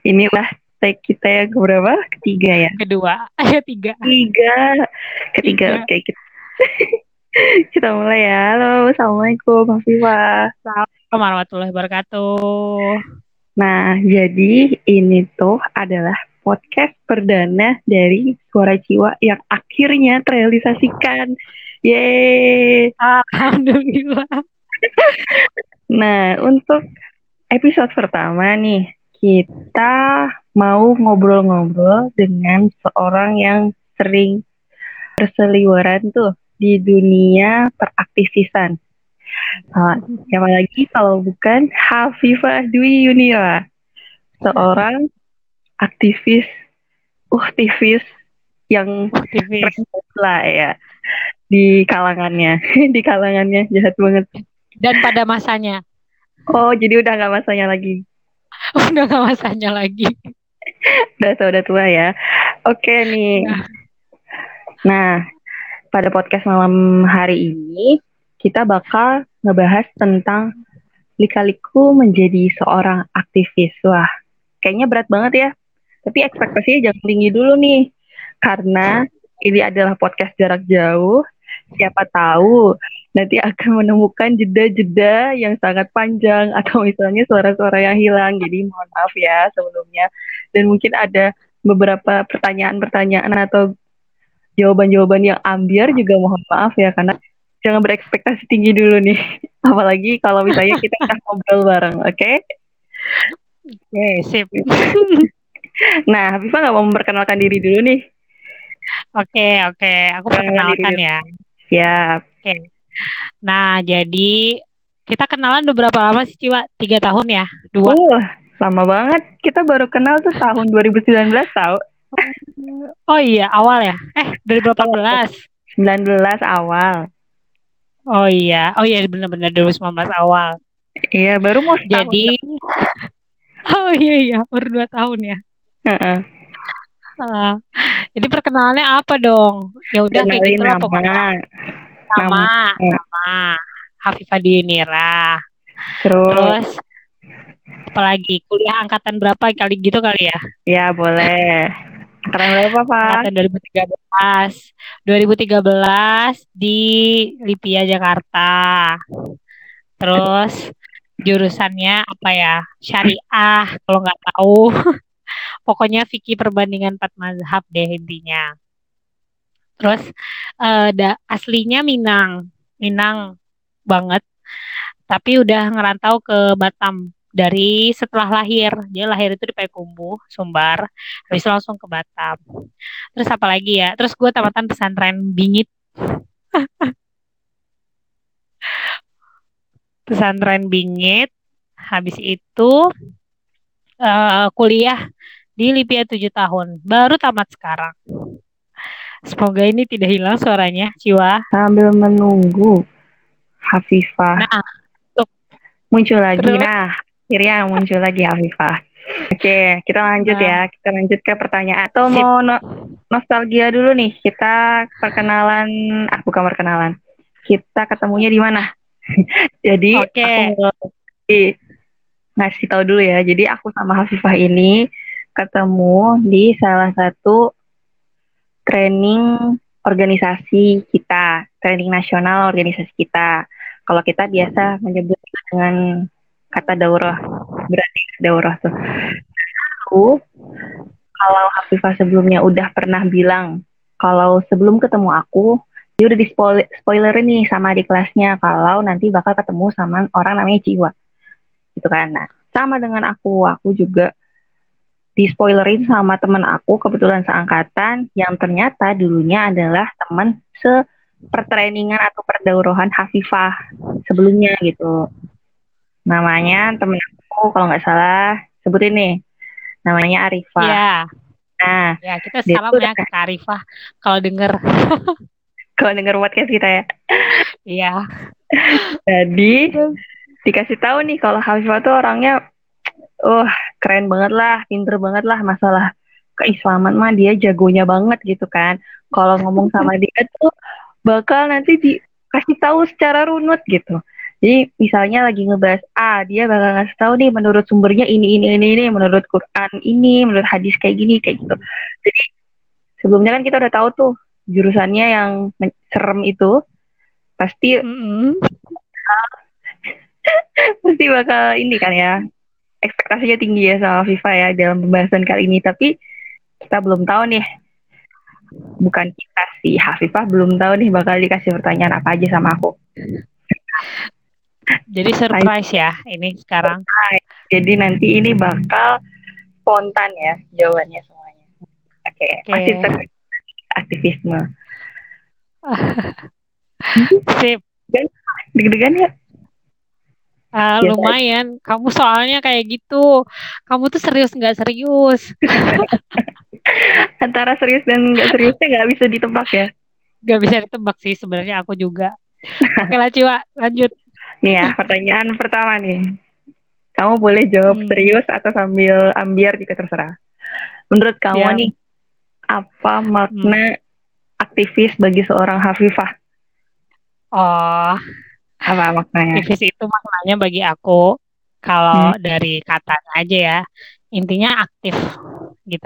Ini lah tag kita yang berapa? Ketiga ya? Kedua, tiga, Tiga. Ketiga, tiga. oke. Kita mulai ya. Halo, Assalamualaikum, Afifah. Assalamualaikum warahmatullahi wabarakatuh. Nah, jadi ini tuh adalah podcast perdana dari Suara Jiwa yang akhirnya terrealisasikan. Yeay. Alhamdulillah. Nah, untuk episode pertama nih, kita mau ngobrol-ngobrol dengan seorang yang sering berseliweran tuh di dunia peraktivisan. Siapa lagi kalau bukan Hafifah Dwi Yunira, seorang aktivis, aktivis yang Aktivis. keren lah ya di kalangannya, di kalangannya jahat banget. Dan pada masanya, Oh, jadi udah nggak masanya lagi, udah gak masanya lagi. udah tua ya. Oke nih. Ya. Nah, pada podcast malam hari ini kita bakal ngebahas tentang lika-liku menjadi seorang aktivis. Wah, kayaknya berat banget ya. Tapi ekspektasinya jangan tinggi dulu nih. Karena ini adalah podcast jarak jauh. Siapa tahu nanti akan menemukan jeda-jeda yang sangat panjang atau misalnya suara-suara yang hilang. Jadi mohon maaf ya sebelumnya. Dan mungkin ada beberapa pertanyaan-pertanyaan atau jawaban-jawaban yang ambiar juga mohon maaf ya karena jangan berekspektasi tinggi dulu nih. Apalagi kalau misalnya kita udah ngobrol bareng, oke? Okay? Oke, sip. Nah, Habifah nggak mau memperkenalkan diri dulu nih. Oke, oke. Aku Perkenalkan diri perkenalkan dulu. ya. Siap. Oke. Nah, jadi kita kenalan udah berapa lama sih, Ciwa? 3 tahun ya? Dua. Uh, lama banget. Kita baru kenal tuh tahun 2019 tahu. Oh iya, awal ya? 2018. 19 awal. Oh iya, benar-benar 2019 awal. Iya, baru mau setahun. Jadi, oh iya, baru 2 tahun ya. Heeh. Ah, jadi perkenalannya apa dong? Ya udah kayak Kenalin gitulah pokoknya. nama. Nama, Nama. nama Hafifah Diyunira. Terus, Terus apalagi kuliah angkatan berapa kali gitu kali ya? ya boleh. Angkatan berapa, Pak? Angkatan 2013. 2013 di Lipia Jakarta. Terus jurusannya apa ya? Syariah kalau nggak tahu. Pokoknya fikih perbandingan empat mazhab deh intinya. Terus aslinya Minang, Minang banget, tapi udah ngerantau ke Batam dari setelah lahir. Dia lahir itu di Payakumbuh, Sumbar, habis itu langsung ke Batam. Terus apa lagi ya? Terus gue tamatan pesantren Bingit, pesantren Bingit. Habis itu kuliah di Lipia 7 tahun, baru tamat sekarang. Semoga ini tidak hilang suaranya, Ciwa. Sambil menunggu Hafifah Nah, tuh, muncul lagi. terus, Nah, akhirnya muncul lagi Hafifah. Oke, kita lanjut nah, ya. Kita lanjut ke pertanyaan. Atau sip. mau nostalgia dulu nih. Kita perkenalan, bukan perkenalan. Kita ketemunya di mana? Jadi aku Oke, mau ngasih tahu dulu ya. Jadi aku sama Hafifah ini ketemu di salah satu training organisasi kita, training nasional organisasi kita. Kalau kita biasa menyebut dengan kata daurah, berarti daurah tuh. Aku, kalau Hafifah sebelumnya udah pernah bilang, kalau sebelum ketemu aku, dia udah di spoilerin nih sama di kelasnya, kalau nanti bakal ketemu sama orang namanya Jiwa. Gitu kan. Nah, sama dengan aku juga di spoilerin sama teman aku kebetulan seangkatan yang ternyata dulunya adalah teman sepertrainingan atau perdaurohan Hafifah sebelumnya gitu. Namanya temen aku kalau nggak salah sebutin nih namanya Arifah. ya, Nah, ya kita dia salam tuh ya udah ke Kak Arifah kalau denger. kalau denger podcast kita ya. Iya. Jadi Terus, dikasih tahu nih kalau Hafifah tuh orangnya keren banget lah, pinter banget lah masalah keislaman mah dia jagonya banget gitu kan. Kalau ngomong sama dia tuh bakal nanti dikasih tahu secara runut gitu. Jadi misalnya lagi ngebahas A, dia bakal ngasih tahu nih menurut sumbernya ini, menurut Quran ini, menurut hadis kayak gini, kayak gitu. Jadi sebelumnya kan kita udah tahu tuh jurusannya yang serem itu pasti Mm-mm. pasti bakal ini kan ya, ekspektasinya tinggi ya sama FIFA ya dalam pembahasan kali ini. Tapi kita belum tahu nih, bukan kita sih, Hafifah belum tahu nih bakal dikasih pertanyaan apa aja sama aku. Jadi surprise ya ini sekarang. Jadi nanti ini bakal spontan ya jawabannya semuanya. Oke, masih Oke. terkait aktivisme. Sip. Deg-degan ya? Biasa aja. Lumayan. Kamu soalnya kayak gitu. Kamu tuh serius nggak serius? Antara serius dan nggak seriusnya nggak bisa ditebak ya. Gak bisa ditebak sih sebenarnya aku juga. Oke lah Ciwa, lanjut. Nih ya, pertanyaan pertama nih. Kamu boleh jawab Hmm, serius atau sambil ambiar juga terserah. Menurut kamu siap. nih, apa Hmm. makna aktivis bagi seorang Hafifah? Oh, Apa maknanya? aktivis itu maknanya bagi aku, kalau Hmm. dari katanya aja ya, intinya aktif gitu.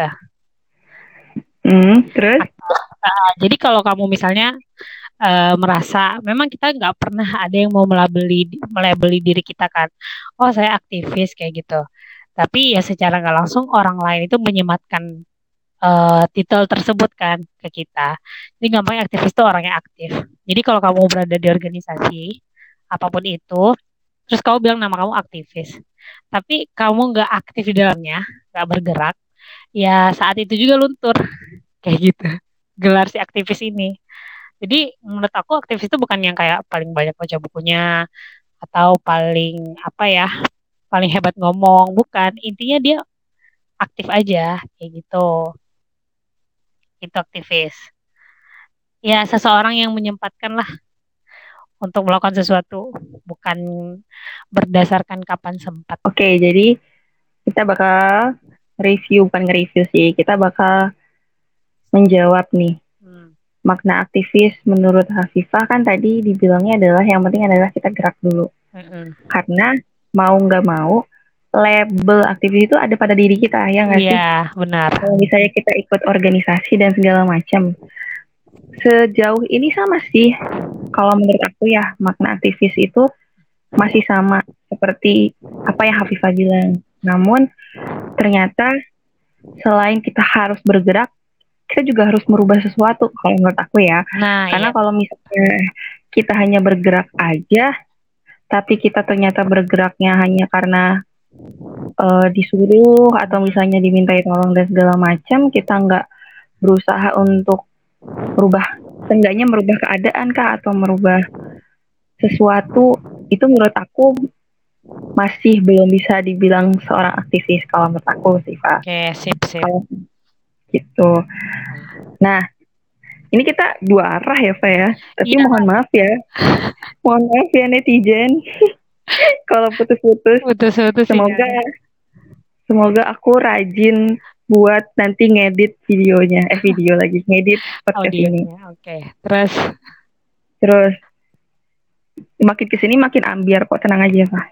Terus? Jadi kalau kamu misalnya merasa memang kita nggak pernah ada yang mau melabeli diri kita kan, oh saya aktivis kayak gitu. Tapi ya secara nggak langsung orang lain itu menyematkan titel tersebut kan ke kita. Jadi gampang aktivis itu orang yang aktif. Jadi kalau kamu berada di organisasi apapun itu, terus kamu bilang nama kamu aktivis, tapi kamu nggak aktif di dalamnya, nggak bergerak, ya saat itu juga luntur kayak gitu. Gelar si aktivis ini. Jadi menurut aku aktivis itu bukan yang kayak paling banyak baca bukunya atau paling apa ya, paling hebat ngomong, bukan. Intinya dia aktif aja kayak gitu. Itu aktivis. Ya seseorang yang menyempatkan lah untuk melakukan sesuatu, bukan berdasarkan kapan sempat. Oke, jadi kita bakal review, bukan nge-review sih. Kita bakal menjawab nih. Hmm. Makna aktivis menurut Hafifah kan tadi dibilangnya adalah yang penting adalah kita gerak dulu. Mm-mm. Karena mau nggak mau, label aktivis itu ada pada diri kita, ya nggak Iya, sih? benar. Kalau misalnya kita ikut organisasi dan segala macam, sejauh ini sama sih. Kalau menurut aku ya, makna aktivis itu masih sama seperti apa yang Hafifah bilang. Namun ternyata selain kita harus bergerak, kita juga harus merubah sesuatu kalau menurut aku ya. Nah, Karena iya. kalau misalnya kita hanya bergerak aja, tapi kita ternyata bergeraknya hanya karena disuruh atau Mm. misalnya dimintai tolong dan segala macam, kita nggak berusaha untuk merubah, seenggaknya merubah keadaan kah atau merubah sesuatu, itu menurut aku masih belum bisa dibilang seorang aktivis kalau menurut aku sih Pak. Oke, sip, sip. Kalau gitu. Nah, ini kita dua arah ya Pak ya. Tapi Iya, mohon maaf ya. Mohon maaf ya netizen kalau putus-putus. putus-putus Semoga sinyalnya. semoga aku rajin buat nanti ngedit videonya. Video lagi, ngedit podcast ini. Audionya. Oke. Terus, Terus makin kesini makin ambiar kok, tenang aja Pak.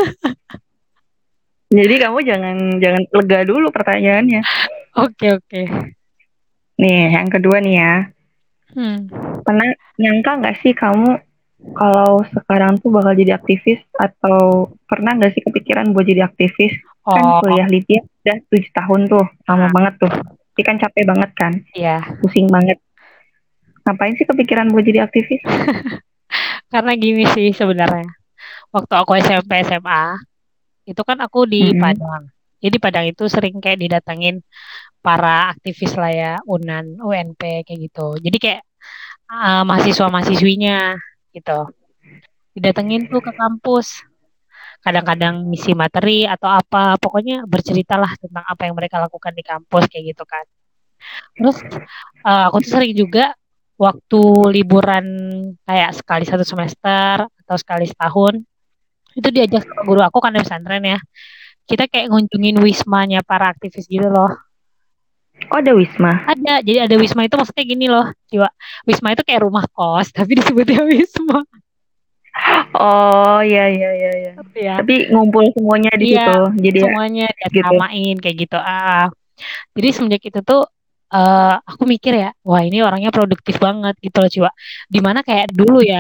Jadi kamu jangan jangan lega dulu pertanyaannya. oke, oke. Nih, yang kedua nih ya. Hmm. Pernah nyangka nggak sih kamu kalau sekarang tuh bakal jadi aktivis, atau pernah nggak sih kepikiran buat jadi aktivis? Kan Oh, kuliah Libya udah 7 tahun tuh, lama ah, banget tuh. Tapi kan capek banget kan, iya. pusing banget. Ngapain sih kepikiran buat jadi aktivis? Karena gini sih sebenarnya. Waktu aku SMP SMA, itu kan aku di Mm-mm. Padang. Jadi Padang itu sering kayak didatengin para aktivis lah ya, UNAN, UNP kayak gitu. Jadi kayak mahasiswa-mahasiswinya gitu. Didatengin tuh ke kampus. Kadang-kadang ngisi materi atau apa, pokoknya berceritalah tentang apa yang mereka lakukan di kampus kayak gitu kan. Terus aku tuh sering juga waktu liburan kayak sekali 1 semester atau sekali setahun itu diajak sama guru aku kan di pesantren ya. Kita kayak ngunjungin wismanya para aktivis gitu loh. Oh, ada Wisma. Ada, jadi ada wisma itu maksudnya gini loh, Jiwa. Wisma itu kayak rumah kos, tapi disebutnya wisma. Oh, iya, iya, iya, iya. Ya, Tapi ngumpul semuanya di iya situ. Jadi ya semuanya dia gitu. samain kayak gitu. Jadi semenjak itu tuh aku mikir ya, wah ini orangnya produktif banget gitu loh Ciwa. Dimana kayak dulu ya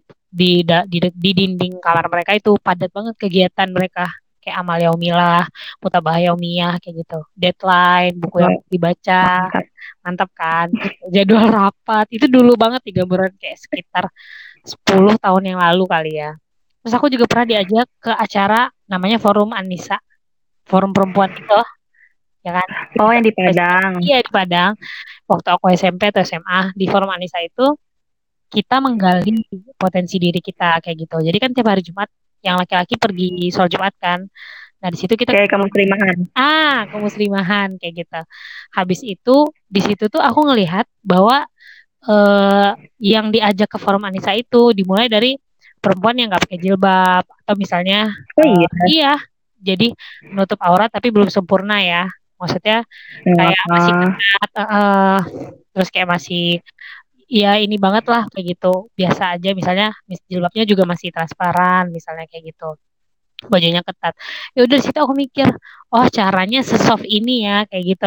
di dinding kamar mereka itu padat banget kegiatan mereka. Kayak Amalia Umilah, Mutabah Yaumiyah kayak gitu. Deadline, buku yang Wah, dibaca, mantap. mantap kan. Terus jadwal rapat, itu dulu banget 3 bulan kayak sekitar 10 tahun yang lalu kali ya. Terus aku juga pernah diajak ke acara namanya Forum Anissa, forum perempuan gitu ya kan. Oh, Kita yang di presiden. Padang. Iya di Padang. Waktu aku SMP atau SMA di Forum Anissa itu kita menggali potensi diri kita kayak gitu. Jadi kan tiap hari Jumat yang laki-laki pergi sholat Jumat kan. Nah di situ kita Kayak kamu terimahan. kemuslimahan kayak gitu. Habis itu di situ tuh aku ngelihat bahwa eh, yang diajak ke Forum Anissa itu dimulai dari perempuan yang nggak pakai jilbab atau misalnya Oh iya. iya jadi menutup aurat tapi belum sempurna ya. Maksudnya kayak masih Wah, ketat, terus kayak masih ya ini banget lah kayak gitu. Biasa aja misalnya jilbabnya juga masih transparan misalnya kayak gitu. Bajunya ketat. Ya udah di situ aku mikir, oh caranya sesoft ini ya kayak gitu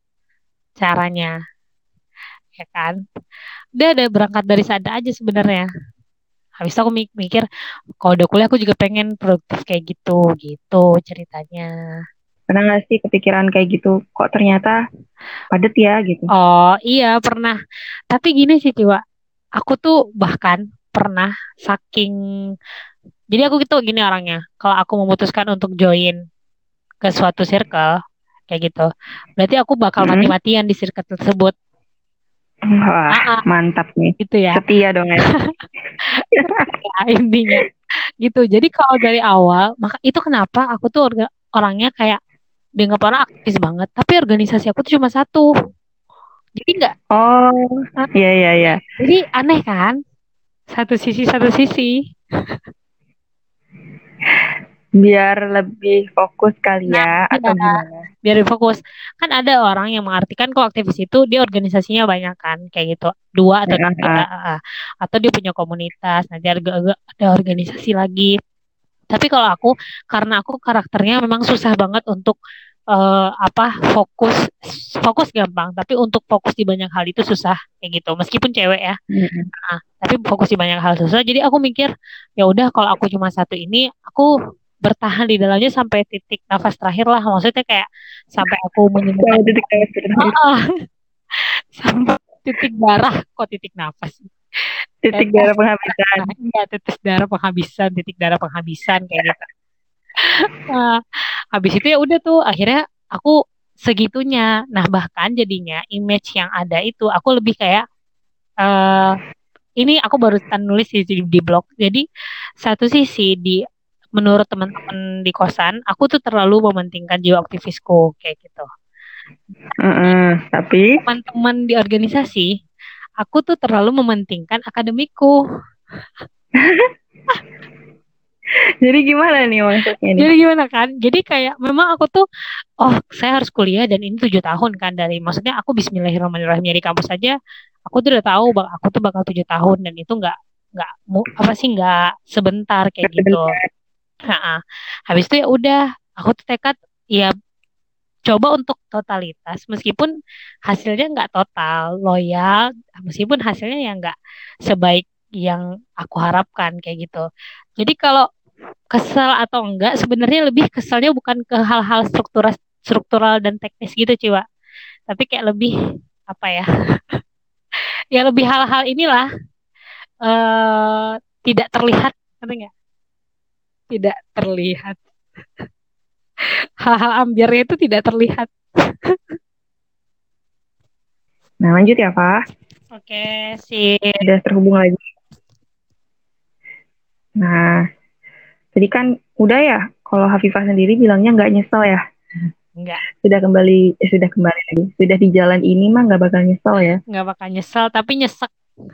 caranya ya kan. Udah ada berangkat dari sana aja sebenarnya. Habis itu aku mikir, kalau udah kuliah aku juga pengen produktif kayak gitu, gitu ceritanya. pernah nggak sih kepikiran kayak gitu? Kok ternyata padet ya gitu? Oh iya pernah. Tapi gini sih Ciwa, aku tuh bahkan pernah saking, jadi aku gitu gini orangnya. Kalau aku memutuskan untuk join ke suatu circle, kayak gitu, berarti aku bakal Mm-mm. mati-matian di circle tersebut. Wah, mantap nih. Gitu ya. Setia dong ya. Ya, intinya gitu. Jadi kalau dari awal, maka itu kenapa aku tuh orangnya kayak dianggap orang aktivis banget, tapi organisasi aku tuh cuma satu. Jadi nggak, Oh, iya, iya, iya. jadi aneh kan? Satu sisi. Biar lebih fokus kali Nah, ya, ya, atau gimana? biar fokus. Kan ada orang yang mengartikan kalau aktivis itu dia organisasinya banyak kan, kayak gitu. Dua atau Ah, tiga, ah. atau dia punya komunitas, nanti ada organisasi lagi. Tapi kalau aku, karena aku karakternya memang susah banget untuk apa fokus, fokus gampang, tapi untuk fokus di banyak hal itu susah kayak gitu. Meskipun cewek ya, Mm-mm. tapi fokus di banyak hal susah. Jadi aku mikir, ya udah kalau aku cuma satu ini, aku bertahan di dalamnya sampai titik nafas terakhir lah. Maksudnya kayak sampai aku menemukan Kalau titik lewat terakhir. sampai titik darah, kok titik nafas. Titik Tetes, darah penghabisan. ya tetes darah penghabisan, titik darah penghabisan kayak gitu. Nah, habis itu ya udah tuh akhirnya aku segitunya. Nah, bahkan jadinya image yang ada itu aku lebih kayak eh ini aku baru nulis di blog. Jadi satu sisi menurut teman-teman di kosan, aku tuh terlalu mementingkan jiwa aktivisku kayak gitu. Tapi, Teman-teman di organisasi, aku tuh terlalu mementingkan akademiku. jadi gimana nih maksudnya nih? Jadi gimana kan? Jadi kayak memang aku tuh, oh saya harus kuliah dan ini 7 tahun kan dari, maksudnya aku Bismillahirrahmanirrahim di kampus aja, aku tuh udah tahu aku tuh bakal 7 tahun dan itu nggak apa sih nggak sebentar kayak gitu. Sebentar. Nah, habis itu ya udah, aku tuh tekad ya coba untuk totalitas, meskipun hasilnya nggak total loyal, meskipun hasilnya ya nggak sebaik yang aku harapkan kayak gitu. Jadi kalau kesel atau enggak sebenarnya lebih keselnya bukan ke hal-hal struktural struktural dan teknis gitu Ciwa, tapi kayak lebih apa ya, ya lebih hal-hal inilah eh tidak terlihat, ngerti nggak, tidak terlihat, hal-hal ambiarnya itu tidak terlihat. Nah, lanjut ya, Pak. Oke sih. Udah terhubung lagi. Nah, tadi kan udah ya, kalau Hafifah sendiri bilangnya nggak nyesel ya. Enggak, Sudah kembali lagi. Sudah di jalan ini mah nggak bakal nyesel ya. nggak bakal nyesel tapi nyesek.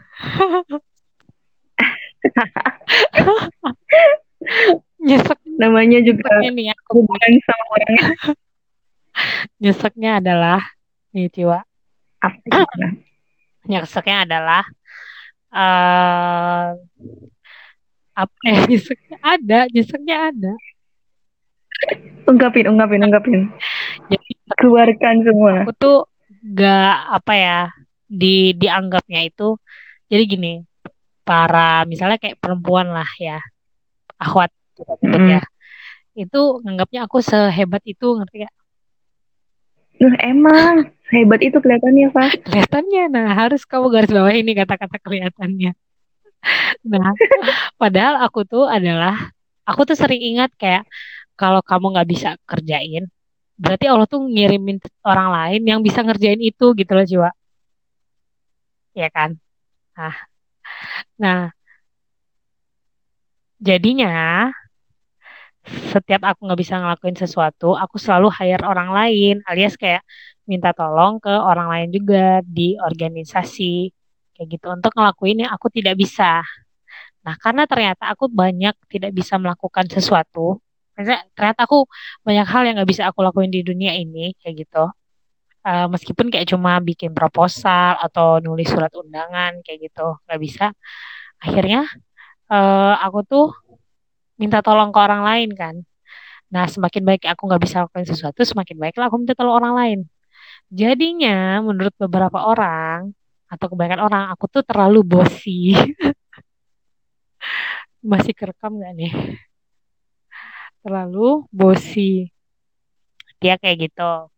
Nyesek, Namanya juga nyeseknya nih ya, aku bahas. hubungan sama orangnya Nyeseknya adalah nih Ciwa, apa gimana? nyeseknya adalah eh Apa ya nyeseknya ada, nyeseknya ada. Ungkapin, ungkapin, ungkapin. Jadi Keluarkan semua. aku tuh gak apa ya dianggapnya itu. Jadi gini, para misalnya kayak perempuan lah ya, akhwat kita sebut ya, Mm-mm. itu nganggapnya aku sehebat itu, ngerti gak? Loh, emang hebat itu kelihatannya, Pak. Kelihatannya, nah harus kamu garis bawah ini kata-kata kelihatannya. Nah, padahal aku tuh sering ingat kayak kalau kamu nggak bisa kerjain, berarti Allah tuh ngirimin orang lain yang bisa ngerjain itu gitu loh Jiwa, ya kan? Nah, nah jadinya setiap aku nggak bisa ngelakuin sesuatu, aku selalu hire orang lain, alias kayak minta tolong ke orang lain juga di organisasi kayak gitu untuk ngelakuin yang aku tidak bisa. Nah, karena ternyata aku banyak tidak bisa melakukan sesuatu, maksudnya ternyata aku banyak hal yang nggak bisa aku lakuin di dunia ini kayak gitu. Meskipun kayak cuma bikin proposal atau nulis surat undangan kayak gitu, nggak bisa. Akhirnya aku tuh minta tolong ke orang lain kan. Nah, semakin baik aku nggak bisa lakukan sesuatu, semakin baiklah aku minta tolong orang lain. Jadinya, menurut beberapa orang atau kebanyakan orang, aku tuh terlalu bosi. Masih kerekam nggak nih? Terlalu bosi. Dia kayak gitu.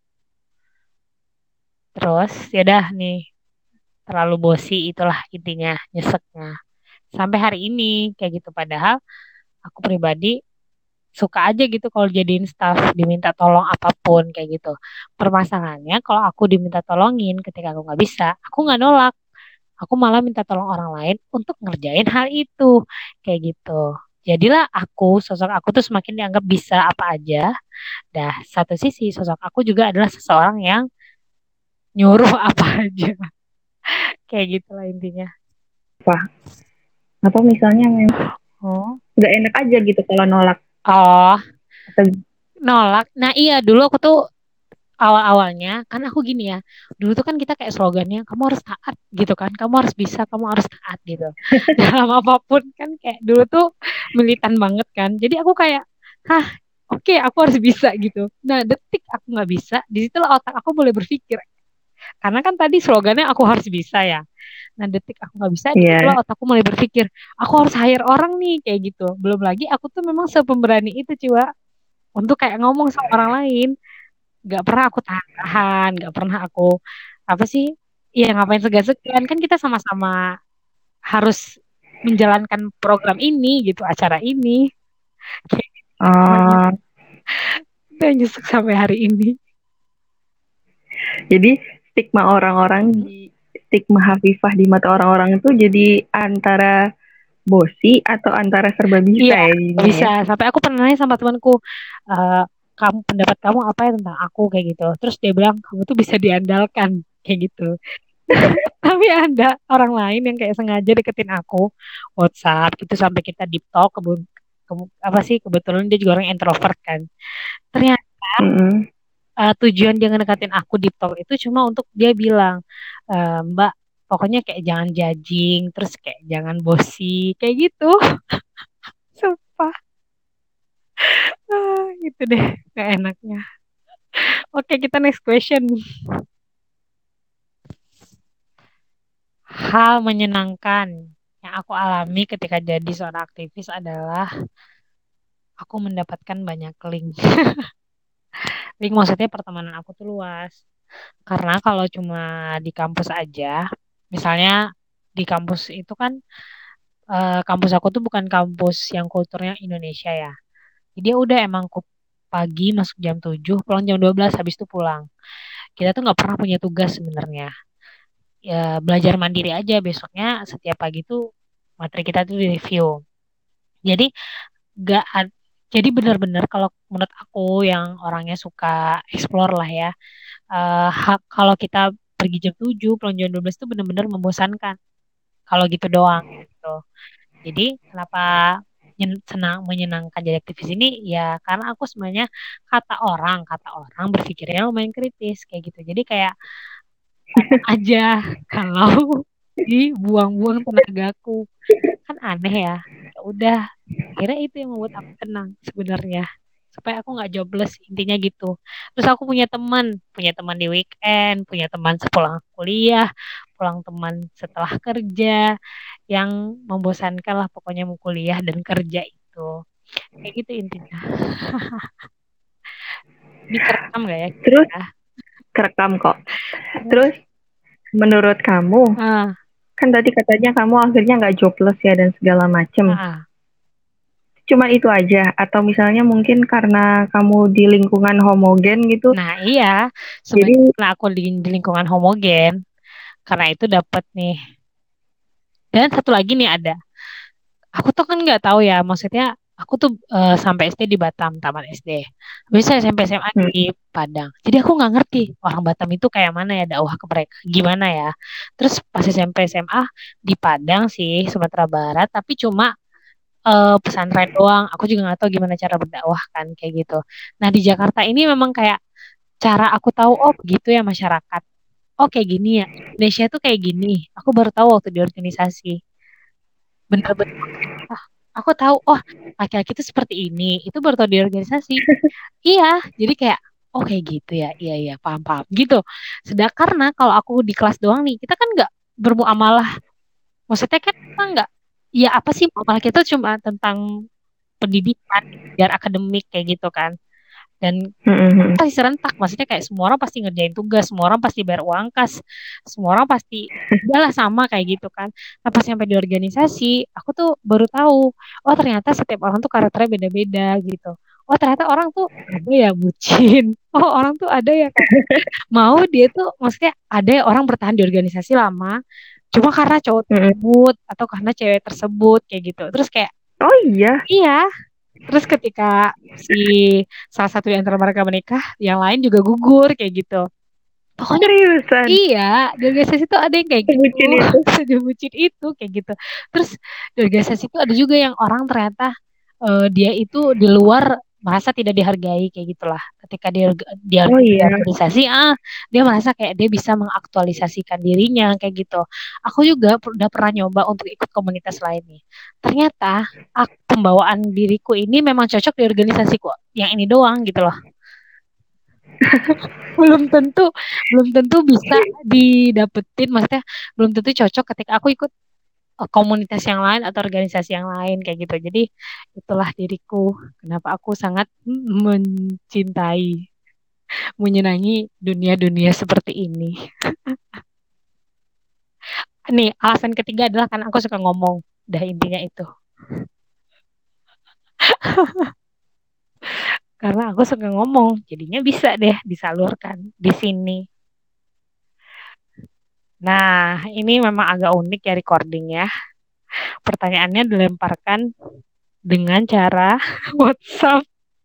Terus, ya udah nih, terlalu bosi itulah intinya, nyeseknya. Sampai hari ini kayak gitu. Padahal aku pribadi suka aja gitu kalau jadiin staff diminta tolong apapun kayak gitu. Permasalahannya kalau aku diminta tolongin ketika aku nggak bisa, aku nggak nolak. Aku malah minta tolong orang lain untuk ngerjain hal itu kayak gitu. Jadilah sosok aku tuh semakin dianggap bisa apa aja. Dah satu sisi sosok aku juga adalah seseorang yang nyuruh apa aja. Kayak gitulah intinya. Wah, atau misalnya memang Oh, nggak enak aja gitu kalau nolak oh, atau nolak. Nah iya dulu aku tuh awal-awalnya kan aku gini ya. Dulu tuh kan kita kayak slogannya kamu harus taat gitu kan. Kamu harus bisa, kamu harus taat gitu. Dalam apapun kan kayak dulu tuh militan banget kan. Jadi aku kayak, hah, oke, aku harus bisa gitu. Nah, detik aku nggak bisa, di situlah otak aku mulai berpikir. Karena kan tadi slogannya aku harus bisa ya. Nah, detik aku nggak bisa, di situlah ya. otakku mulai berpikir, aku harus hire orang nih kayak gitu. Belum lagi aku tuh memang sepemberani itu, Ciwa, untuk kayak ngomong sama orang lain. Gak pernah aku tahan, gak pernah aku apa sih? Iya ngapain segan-segan kan kita sama-sama harus menjalankan program ini gitu, acara ini. Kayak gitu deh pokoknya. Oh, Udah nyesek sampai hari ini. jadi stigma Hafifah di mata orang-orang itu jadi antara bosi atau antara serba bisa Iya, ya jadinya bisa. ya. Sampai aku pernah nanya sama temanku, eh kamu pendapat kamu apa ya tentang aku kayak gitu. Terus dia bilang kamu tuh bisa diandalkan kayak gitu. Tapi ada orang lain yang kayak sengaja deketin aku WhatsApp gitu sampai kita deep talk apa sih kebetulan dia juga orang introvert kan. Ternyata Mm-mm. tujuan dia ngedekatin aku di talk itu cuma untuk dia bilang, Mbak, pokoknya kayak jangan judging, terus kayak jangan bosi, kayak gitu. Sumpah, gitu deh, gak enaknya. Oke, kita next question. Hal menyenangkan yang aku alami ketika jadi seorang aktivis adalah aku mendapatkan banyak link. Link maksudnya pertemanan aku tuh luas. Karena kalau cuma di kampus aja, misalnya di kampus itu kan kampus aku tuh bukan kampus yang kulturnya Indonesia ya. Jadi dia udah emang pagi masuk jam 7 pulang jam 12 habis itu pulang. Kita tuh nggak pernah punya tugas sebenarnya. Ya belajar mandiri aja besoknya setiap pagi tuh materi kita tuh di review. Jadi nggak ad- jadi benar-benar kalau menurut aku yang orangnya suka explore lah ya. Kalau kita pergi jam 7 pulang jam 12 itu benar-benar membosankan. Kalau gitu doang gitu. Jadi kenapa senang menyenangkan jadi aktivis ini ya karena aku sebenarnya kata orang berpikirnya lumayan kritis kayak gitu. Jadi kayak aja kalau dibuang-buang tenagaku kan aneh ya. udah, akhirnya itu yang membuat aku tenang sebenarnya, supaya aku nggak jobless, intinya gitu. Terus aku punya teman di weekend, punya teman sepulang kuliah, pulang teman setelah kerja, yang membosankan lah pokoknya mau kuliah dan kerja itu. Kayak gitu intinya. Ini kerekam gak ya Terus kira-kira? kerekam kok. Terus menurut kamu, Ah, kan tadi katanya kamu akhirnya nggak jobless ya dan segala macem. ah, ah. Cuma itu aja, atau misalnya mungkin karena kamu di lingkungan homogen gitu, Nah iya, sebenarnya jadi karena aku di lingkungan homogen, karena itu dapat nih. Dan satu lagi nih ada, aku tuh kan nggak tahu ya, maksudnya aku tuh sampai SD di Batam, taman SD. Bisa SMP SMA di hmm, Padang. Jadi aku nggak ngerti orang Batam itu kayak mana ya dakwah ke mereka, gimana ya. Terus pas SMP SMA di Padang sih, Sumatera Barat, tapi cuma pesantren doang. Aku juga nggak tahu gimana cara berdakwah kan kayak gitu. Nah di Jakarta ini memang kayak cara aku tahu, oh begitu ya masyarakat. Oh kayak gini ya. Indonesia tuh kayak gini. Aku baru tahu waktu di organisasi. Bener-bener ah, aku tahu, oh laki-laki itu seperti ini. Itu baru tahu di organisasi. Iya, jadi kayak oh kayak gitu ya. Iya iya paham-paham gitu. Sedangkan karena kalau aku di kelas doang nih, kita kan nggak bermuamalah. Maksudnya kan kita nggak, ya apa sih muamalah kita cuma tentang pendidikan, biar akademik kayak gitu kan. Dan hmm, hmm, hmm. pasti serentak, maksudnya kayak semua orang pasti ngerjain tugas, semua orang pasti bayar uang kas, semua orang pasti udahlah sama kayak gitu kan. Nah pas sampai di organisasi, aku tuh baru tahu, oh ternyata setiap orang tuh karakternya beda-beda gitu. Oh ternyata orang tuh ada ya bucin. Oh orang tuh ada ya kayak mau dia tuh, maksudnya ada ya orang bertahan di organisasi lama, cuma karena cowok Hmm. tersebut atau karena cewek tersebut kayak gitu. Terus kayak Oh iya, iya, terus ketika si salah satu di antara mereka menikah, yang lain juga gugur kayak gitu. Pokoknya seriusan, iya, di organisasi itu ada yang kayak gitu, sebutin itu. sejemucit itu kayak gitu. Terus di organisasi itu ada juga yang orang ternyata dia itu di luar merasa tidak dihargai kayak gitulah. Ketika dia Oh di iya, organisasi, dia merasa kayak dia bisa mengaktualisasikan dirinya kayak gitu. Aku juga udah pernah nyoba untuk ikut komunitas lain nih. Ternyata pembawaan diriku ini memang cocok di organisasiku yang ini doang gitu loh. Belum tentu, belum tentu bisa didapetin, maksudnya belum tentu cocok ketika aku ikut komunitas yang lain atau organisasi yang lain kayak gitu. Jadi itulah diriku, kenapa aku sangat mencintai, menyenangi dunia-dunia seperti ini. Nih, alasan ketiga adalah karena aku suka ngomong. Dah intinya itu. Karena aku suka ngomong, jadinya bisa deh disalurkan di sini. Nah, ini memang agak unik ya recordingnya. Pertanyaannya dilemparkan dengan cara WhatsApp.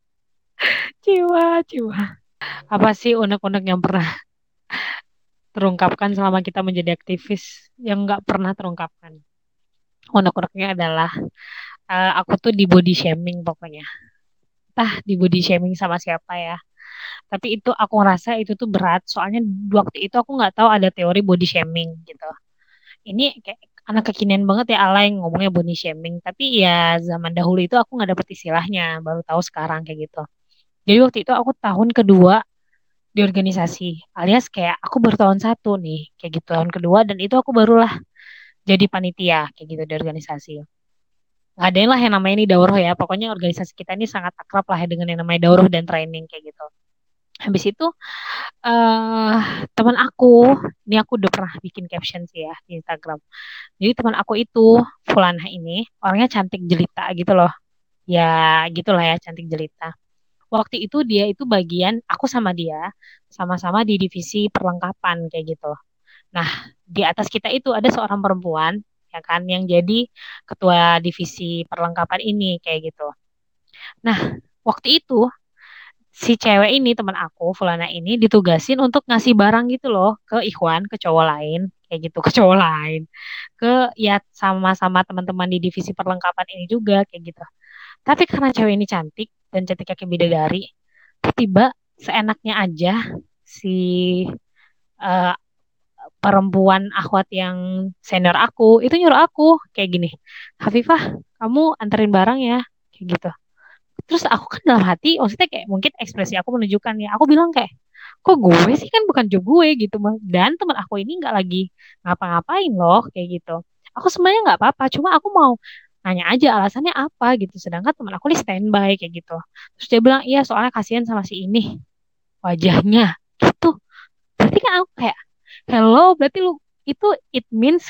Ciwa, ciwa. Apa sih unek-unek yang pernah terungkapkan selama kita menjadi aktivis yang nggak pernah terungkapkan? Unek-uneknya adalah aku tuh di body shaming pokoknya. Entah di body shaming sama siapa ya. Tapi itu aku ngerasa itu tuh berat. Soalnya waktu itu aku nggak tahu ada teori body shaming gitu. Ini kayak anak kekinian banget ya alay ngomongnya body shaming. Tapi ya zaman dahulu itu aku nggak dapet istilahnya. Baru tahu sekarang kayak gitu. Jadi waktu itu aku tahun kedua di organisasi, alias kayak aku baru tahun satu nih kayak gitu, tahun kedua, dan itu aku barulah jadi panitia kayak gitu di organisasi. Ngadain lah yang namanya ini daurah ya, pokoknya organisasi kita ini sangat akrab lah ya dengan yang namanya daurah dan training kayak gitu. Habis itu eh teman aku, ini aku udah pernah bikin caption sih ya di Instagram, jadi teman aku itu Fulana ini orangnya cantik jelita gitu loh, ya gitulah ya, cantik jelita. Waktu itu dia itu bagian, aku sama dia sama-sama di divisi perlengkapan kayak gitu. Nah, di atas kita itu ada seorang perempuan ya kan yang jadi ketua divisi perlengkapan ini kayak gitu. Nah, waktu itu si cewek ini teman aku, Fulana ini ditugasin untuk ngasih barang gitu loh ke Ikhwan, ke cowok lain kayak gitu, ke cowok lain, ke ya sama-sama teman-teman di divisi perlengkapan ini juga kayak gitu. Tapi karena cewek ini cantik dan cantiknya kayak bidadari, tiba-tiba seenaknya aja si eh, perempuan akhwat yang senior aku itu nyuruh aku kayak gini, Hafifah, kamu anterin barang ya, kayak gitu. Terus aku kan dalam hati, maksudnya kayak mungkin ekspresi aku menunjukkan ya, aku bilang kayak, kok gue sih, kan bukan job gue gitu mah. Dan teman aku ini nggak lagi ngapa-ngapain loh kayak gitu. Aku sebenarnya nggak apa-apa, cuma aku mau nanya aja alasannya apa gitu. Sedangkan teman aku di standby kayak gitu. Terus dia bilang, iya soalnya kasihan sama si ini wajahnya gitu. Berarti kan aku kayak, hello, berarti lu itu it means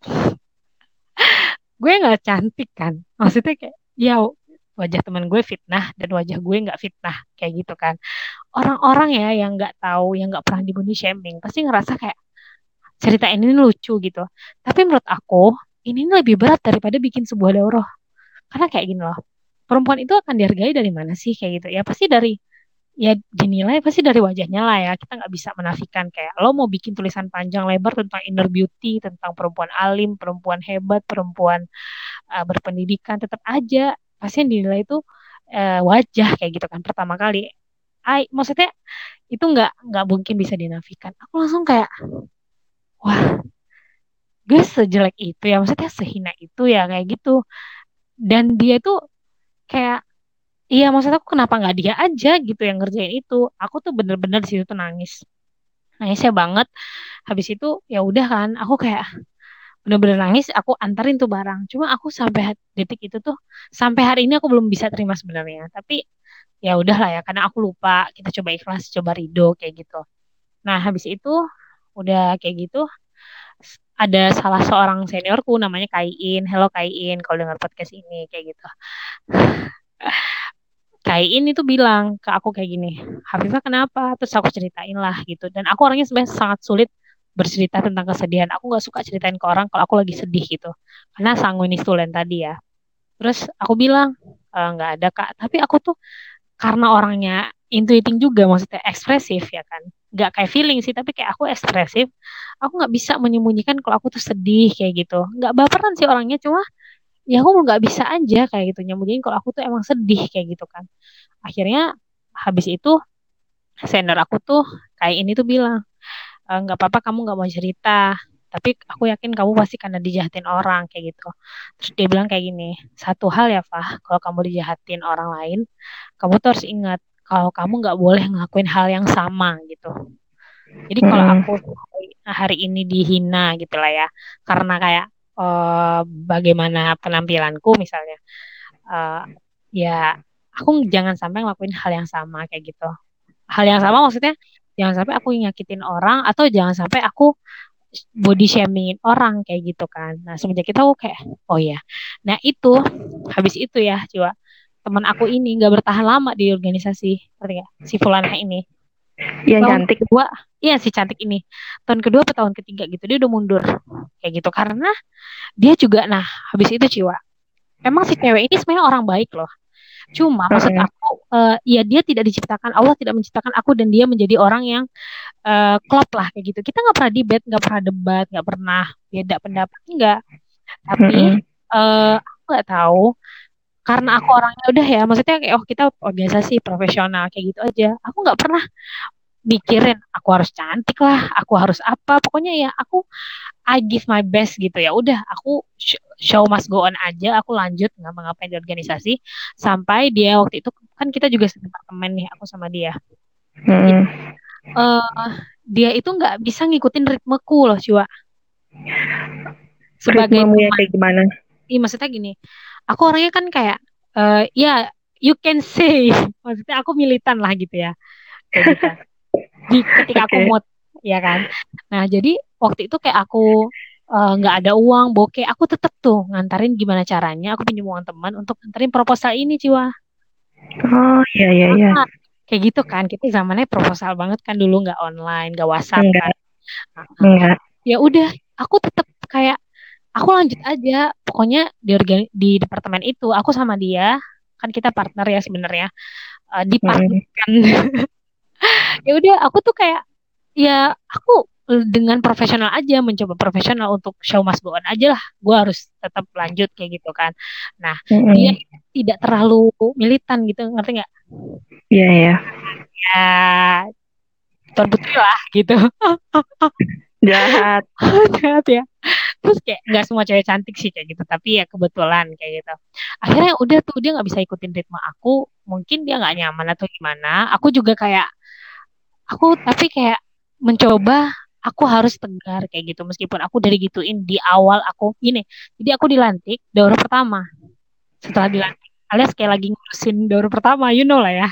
gue nggak cantik kan? Maksudnya kayak, ya wajah teman gue fitnah dan wajah gue nggak fitnah kayak gitu kan. Orang-orang ya yang nggak tahu, yang nggak pernah di body shaming, pasti ngerasa kayak cerita ini lucu gitu. Tapi menurut aku, ini lebih berat daripada bikin sebuah daurah. Karena kayak gini loh, perempuan itu akan dihargai dari mana sih kayak gitu? Ya pasti dari, ya dinilai pasti dari wajahnya lah ya. Kita nggak bisa menafikan kayak lo mau bikin tulisan panjang lebar tentang inner beauty, tentang perempuan alim, perempuan hebat, perempuan berpendidikan, tetap aja pasti yang dinilai itu wajah kayak gitu kan pertama kali. Maksudnya itu nggak mungkin bisa dinafikan. Aku langsung kayak, wah, gue sejelek itu ya, maksudnya sehina itu ya kayak gitu. Dan dia tuh kayak, iya maksud aku kenapa nggak dia aja gitu yang ngerjain itu. Aku tuh bener-bener di situ tuh nangis, nangisnya banget. Habis itu ya udah kan, aku kayak bener-bener nangis. Aku antarin tuh barang. Cuma aku sampai detik itu tuh, sampai hari ini aku belum bisa terima sebenarnya. Tapi ya udahlah ya, karena aku lupa. Kita coba ikhlas, coba ridho kayak gitu. Nah habis itu udah kayak gitu, ada salah seorang seniorku namanya Kaiin. Hello Kaiin, kalau dengar podcast ini kayak gitu. Kaiin itu bilang ke aku kayak gini, Hafifah kenapa? Terus aku ceritain lah gitu. Dan aku orangnya sebenarnya sangat sulit bercerita tentang kesedihan. Aku nggak suka ceritain ke orang kalau aku lagi sedih gitu. Karena sanguinis tulen tadi ya. Terus aku bilang, nggak ada Kak. Tapi aku tuh karena orangnya intuiting juga, maksudnya ekspresif ya kan. Nggak kayak feeling sih, tapi kayak aku ekspresif. Aku nggak bisa menyembunyikan kalau aku tuh sedih kayak gitu. Nggak baperan sih orangnya, cuma ya aku nggak bisa aja kayak gitu nyembunyiin kalau aku tuh emang sedih kayak gitu kan. Akhirnya habis itu senior aku tuh kayak ini tuh bilang, nggak apa-apa kamu nggak mau cerita, tapi aku yakin kamu pasti karena dijahatin orang kayak gitu. Terus dia bilang kayak gini, satu hal ya Fah, kalau kamu dijahatin orang lain, kamu tuh harus ingat kalau kamu nggak boleh ngelakuin hal yang sama gitu. Jadi kalau Mm-mm. aku hari ini dihina gitu lah ya, karena kayak eh, bagaimana penampilanku misalnya, eh, ya aku jangan sampai ngelakuin hal yang sama kayak gitu. Hal yang sama maksudnya jangan sampai aku nyakitin orang atau jangan sampai aku body shamingin orang kayak gitu kan. Nah semenjak itu aku kayak, oh ya. Nah itu habis itu ya coba teman aku ini nggak bertahan lama di organisasi, ngerti nggak? Si Fulanah ini Yang tahun cantik. kedua, iya si cantik ini tahun kedua atau tahun ketiga gitu dia udah mundur kayak gitu karena dia juga, nah habis itu Ciwa, emang si cewek ini sebenarnya orang baik loh. Cuma maksud Mm-mm. aku, ya dia tidak diciptakan, Allah tidak menciptakan aku dan dia menjadi orang yang klop lah kayak gitu. Kita nggak pernah debate, nggak pernah debat, nggak pernah beda pendapat, enggak. Tapi Mm-mm. aku nggak tahu karena aku orangnya udah ya, maksudnya kayak oh kita organisasi profesional kayak gitu aja. Aku nggak pernah mikirin aku harus cantik lah, aku harus apa. Pokoknya ya aku I give my best gitu ya. Udah aku show must go on aja. Aku lanjut ngapa-ngapain di organisasi sampai dia waktu itu kan kita juga sedepartemen nih aku sama dia. Jadi Mm-mm. dia itu nggak bisa ngikutin ritmeku loh, Cua. Sebagai Ritmemu yang teman, kayak gimana? iya maksudnya gini, aku orangnya kan kayak, ya you can say, maksudnya aku militan lah gitu ya, kayak gitu. Di ketika aku Oke. mood, ya kan. Nah jadi waktu itu kayak aku nggak ada uang, bokeh, aku tetep tuh ngantarin gimana caranya, aku pinjam uang teman untuk ngantarin proposal ini, Ciwa. Oh, iya, iya, iya. Nah, kayak gitu kan, kita zamannya proposal banget kan dulu, nggak online, nggak WhatsApp kan. Enggak, Nah, enggak. ya udah, aku tetap kayak aku lanjut aja. Pokoknya di departemen itu aku sama dia kan kita partner ya sebenarnya, Mm-mm. dipartnerkan. Ya udah, aku tuh kayak ya aku dengan profesional aja mencoba profesional untuk show must go on aja lah. Gue harus tetap lanjut kayak gitu kan. Nah, dia Mm-mm. tidak terlalu militan gitu, ngerti nggak? Iya, iya. Ya, Tuan Putri lah gitu. Jahat. Jahat ya. Terus kayak nggak semua cewek cantik sih kayak gitu, tapi ya kebetulan kayak gitu. Akhirnya udah tuh dia nggak bisa ikutin ritme aku, mungkin dia nggak nyaman atau gimana. Aku juga kayak aku tapi kayak mencoba aku harus tegar kayak gitu meskipun aku dari gituin di awal aku ini. Jadi aku dilantik daur pertama. Setelah dilantik alias kayak lagi ngurusin daur pertama, you know lah ya.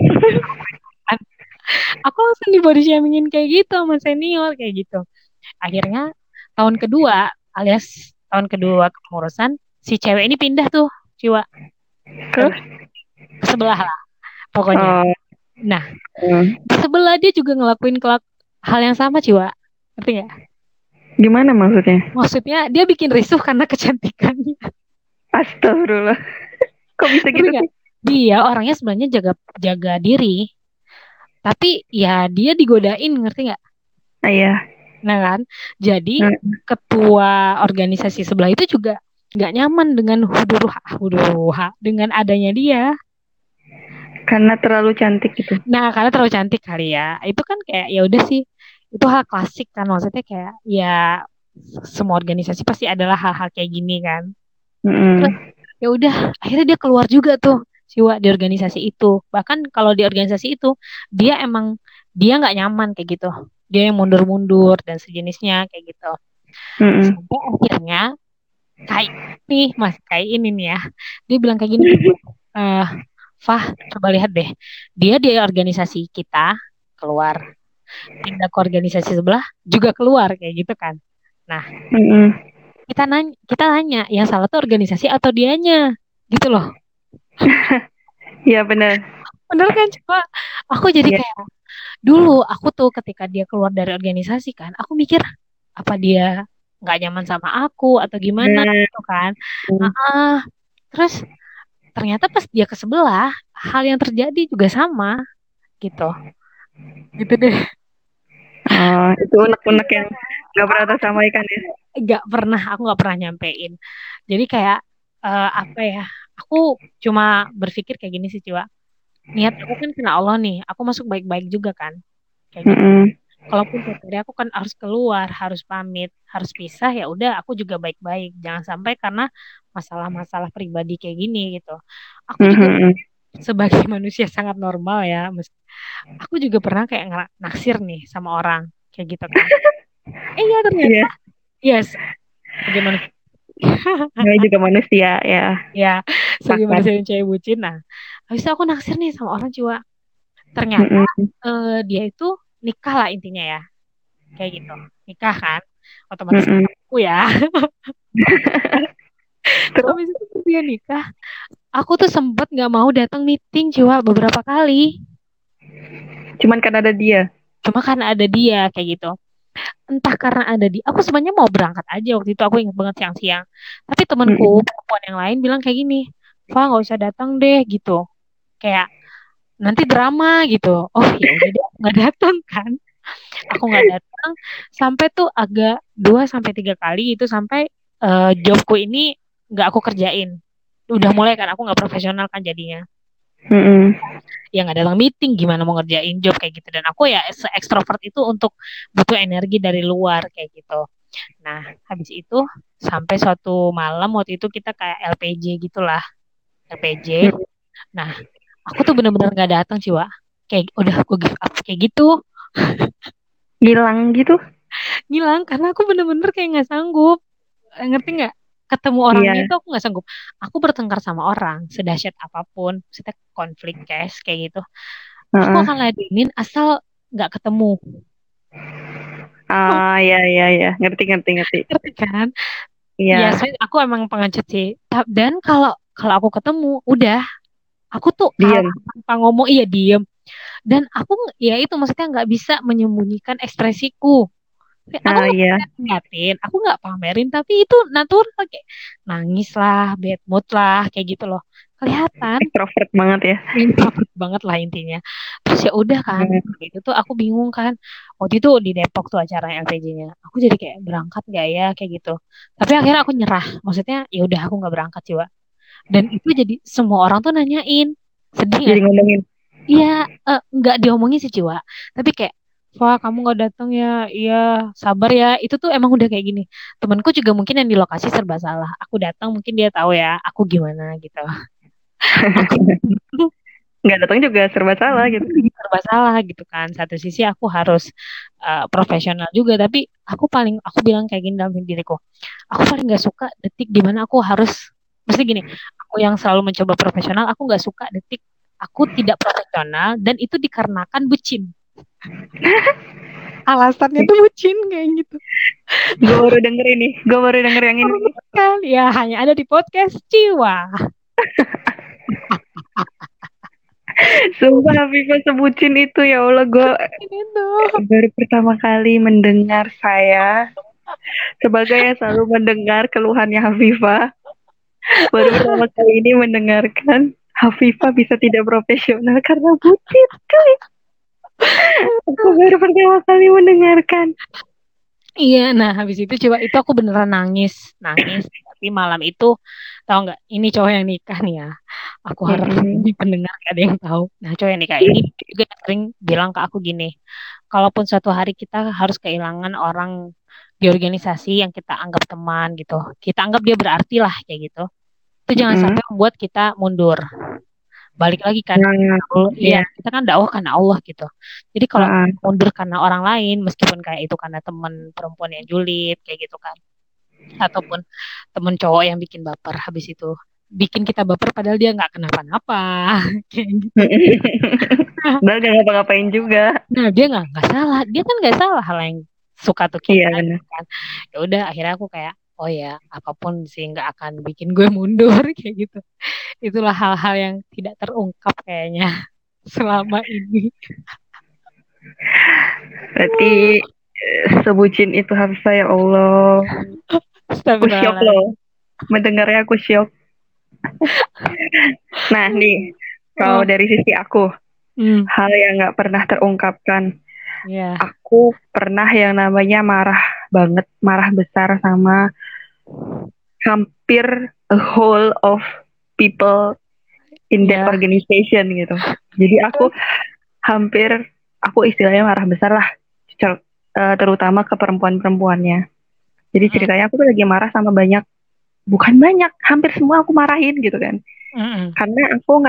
Aku langsung di body shamingin kayak gitu sama senior kayak gitu. Akhirnya tahun kedua alias tahun kedua kepengurusan si cewek ini pindah tuh Ciwa ke, Terus, ke sebelah lah pokoknya. oh, Nah hmm. di sebelah dia juga ngelakuin hal yang sama Ciwa, ngerti nggak? Gimana maksudnya? Maksudnya dia bikin risuh karena kecantikannya, Astagfirullah. Kok bisa ngerti gitu nggak? sih? Dia orangnya sebenarnya jaga jaga diri, tapi ya dia digodain, ngerti nggak? Ah, iya. Nah kan, jadi Hmm. ketua organisasi sebelah itu juga nggak nyaman dengan huduruha dengan adanya dia. Karena terlalu cantik gitu. Nah, karena terlalu cantik kali ya. Itu kan kayak ya udah sih, itu hal klasik kan maksudnya kayak ya semua organisasi pasti adalah hal-hal kayak gini kan. Terus Mm-mm. ya udah, akhirnya dia keluar juga tuh Siwa di organisasi itu. Bahkan kalau di organisasi itu dia emang dia nggak nyaman kayak gitu. Dia yang mundur-mundur dan sejenisnya kayak gitu. Mm-mm. Sampai akhirnya kayak nih Mas, kayak ini nih ya. Dia bilang kayak gini ke gue. Eh, Fah, coba lihat deh. Dia di organisasi kita keluar, pindah ke organisasi sebelah juga keluar kayak gitu kan. Nah, Mm-mm. kita nanya, yang salah tuh organisasi atau dianya? Gitu loh. Iya benar. Bener kan? Coba aku jadi Iya. kayak dulu aku tuh ketika dia keluar dari organisasi kan, aku mikir apa dia nggak nyaman sama aku atau gimana Nah, gitu kan. Ah, terus ternyata pas dia ke sebelah, hal yang terjadi juga sama gitu. Gitu deh. oh, itu unek-unek yang nggak pernah tersampaikan ya. Aku nggak pernah nyampein. Jadi kayak apa ya? Aku cuma berpikir kayak gini sih, Ciwa. Niat aku kan kena Allah nih. Aku masuk baik-baik juga kan, kayak gitu. Mm-mm. Kalaupun suatu hari aku kan harus keluar, harus pamit, harus pisah, ya udah aku juga baik-baik. Jangan sampai karena masalah-masalah pribadi kayak gini gitu. Aku juga Mhm. sebagai manusia sangat normal ya. Aku juga pernah kayak naksir nih sama orang kayak gitu kan. Ya ternyata Iya, yes, sebagai manusia saya juga manusia ya, ya sebagai sepakat. manusia yang cewek bucin. Nah, habis itu aku naksir nih sama orang Jawa. Ternyata Mm-mm. dia itu nikah lah intinya ya, kayak gitu. Nikah kan, otomatis Mm-mm. aku ya. Terus, Habis itu dia nikah, aku tuh sempet nggak mau datang meeting Jawa beberapa kali. cuman karena ada dia. Cuma karena ada dia kayak gitu. Entah karena ada dia, aku sebenarnya mau berangkat aja waktu itu. Aku ingat banget siang-siang. Tapi temanku, Mm-mm. perempuan yang lain bilang kayak gini, Fa nggak usah datang deh gitu. Kayak nanti drama gitu. Oh ya udah deh, aku nggak datang kan. Aku nggak datang sampai tuh agak 2 sampai 3 kali itu sampai jobku ini nggak aku kerjain. Udah mulai kan aku nggak profesional kan jadinya. Mm-mm. Ya nggak datang meeting gimana mau ngerjain job kayak gitu. Dan aku ya se ekstrovert itu untuk butuh energi dari luar kayak gitu. Nah habis itu sampai suatu malam waktu itu kita kayak LPJ gitulah, LPJ. Mm. Nah aku tuh bener-bener nggak datang sih Wak. Kayak udah aku give up kayak gitu. Hilang gitu. Ngilang karena aku bener-bener kayak nggak sanggup. Ngerti nggak? Ketemu orangnya Iya. itu aku nggak sanggup. Aku bertengkar sama orang sedahsyat apapun, maksudnya konflik cash kayak gitu. Aku Heeh. akan ladenin asal nggak ketemu. Ah, ya, ya, ya. Ngerti, ngerti, ngerti. Ngerti kan? Ya, Iya, aku emang pengecut sih. Dan kalau kalau aku ketemu, udah aku tuh diem. kalah tanpa ngomong, iya diem. Dan aku ya itu maksudnya nggak bisa menyembunyikan ekspresiku. Aku Ah, nggak iya. ngeliatin, aku nggak pamerin, tapi itu natural kayak nangis lah, bad mood lah, kayak gitu loh. Kelihatan Extrovert banget ya. introvert banget lah intinya. Terus ya udah kan, Hmm. itu tuh aku bingung kan. Waktu itu di Depok tuh acara LPG-nya. Aku jadi kayak berangkat gak ya kayak gitu. Tapi akhirnya aku nyerah. Maksudnya ya udah aku nggak berangkat sih, Wak. Dan itu jadi semua orang tuh nanyain, sedih gak Jadi sih? ngomongin. Iya, nggak diomongin sih Ciwa. Tapi kayak Wah, kamu nggak datang ya? Iya, sabar ya. Itu tuh emang udah kayak gini. Temanku juga mungkin yang di lokasi serba salah. Aku datang mungkin dia tahu ya, aku gimana gitu. Aku Nggak datang juga serba salah gitu. serba salah gitu kan. Satu sisi aku harus profesional juga, tapi aku bilang kayak gini dalam diriku. Aku paling nggak suka detik dimana aku harus, mesti gini. Aku yang selalu mencoba profesional, aku nggak suka detik aku tidak profesional dan itu dikarenakan bucin. Alasannya tuh bucin kayak gitu. Gue baru denger ini. Gue baru denger yang ini. Kan ya hanya ada di podcast Jiwa. Sumpah Viva sebutin itu ya Allah. Gue Itu. baru pertama kali mendengar saya sebagai yang selalu mendengar keluhannya Hafifah. Baru pertama kali ini mendengarkan Hafifah bisa tidak profesional karena bucin. Aku baru pertama kali mendengarkan. Iya, nah habis itu coba itu aku beneran nangis, nangis. Tapi malam itu tahu nggak? Ini cowok yang nikah nih ya. Aku harap Mm-mm. di pendengar gak ada yang tahu. Nah cowok yang nikah ini juga sering bilang ke aku gini, kalaupun suatu hari kita harus kehilangan orang di organisasi yang kita anggap teman gitu, kita anggap dia berarti lah kayak gitu. Itu jangan Mm-mm. sampai membuat kita mundur. Balik lagi kan, Nah, ya iya. kita kan dakwah karena Allah gitu. Jadi kalau Heeh. mundur karena orang lain, meskipun kayak itu karena teman perempuan yang julid kayak gitu kan, ataupun temen cowok yang bikin baper, habis itu bikin kita baper padahal dia nggak kenapa-napa kayak gitu. Udah gak ngapa-ngapain juga. Nah dia nggak salah, dia kan nggak salah hal yang suka tuh Iya kita benar. gitu kan. Ya udah akhirnya aku kayak oh ya apapun sih nggak akan bikin gue mundur kayak gitu. Itulah hal-hal yang tidak terungkap kayaknya selama ini. Berarti sebutin itu Hafifah ya Allah. Aku syok loh. Astagfirullahaladzim. Mendengarnya aku syok. Nah nih, kalau Oh, dari sisi aku, hmm, hal yang nggak pernah terungkapkan. ya, Aku pernah yang namanya marah banget, marah besar sama hampir a whole of people in that ya. organization gitu. Jadi aku hampir, aku istilahnya marah besar lah, terutama ke perempuan-perempuannya. Jadi Mm, ceritanya aku tuh lagi marah sama banyak, bukan banyak, hampir semua aku marahin gitu kan. mm, Karena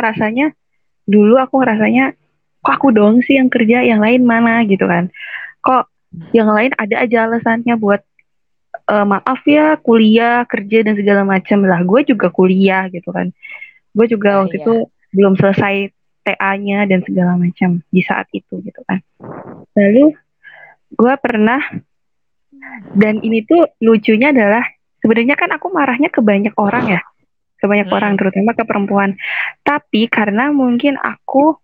dulu aku ngerasanya, kok aku doang sih yang kerja, yang lain mana gitu kan. Kok yang lain ada aja alasannya buat maaf ya kuliah, kerja dan segala macam lah. Gue juga kuliah gitu kan. Gue juga ya, waktu ya. itu belum selesai TA-nya dan segala macam di saat itu gitu kan. Lalu gue pernah, dan ini tuh lucunya adalah sebenarnya kan aku marahnya ke banyak orang ya, ke banyak orang Mm, terutama ke perempuan. Tapi karena mungkin aku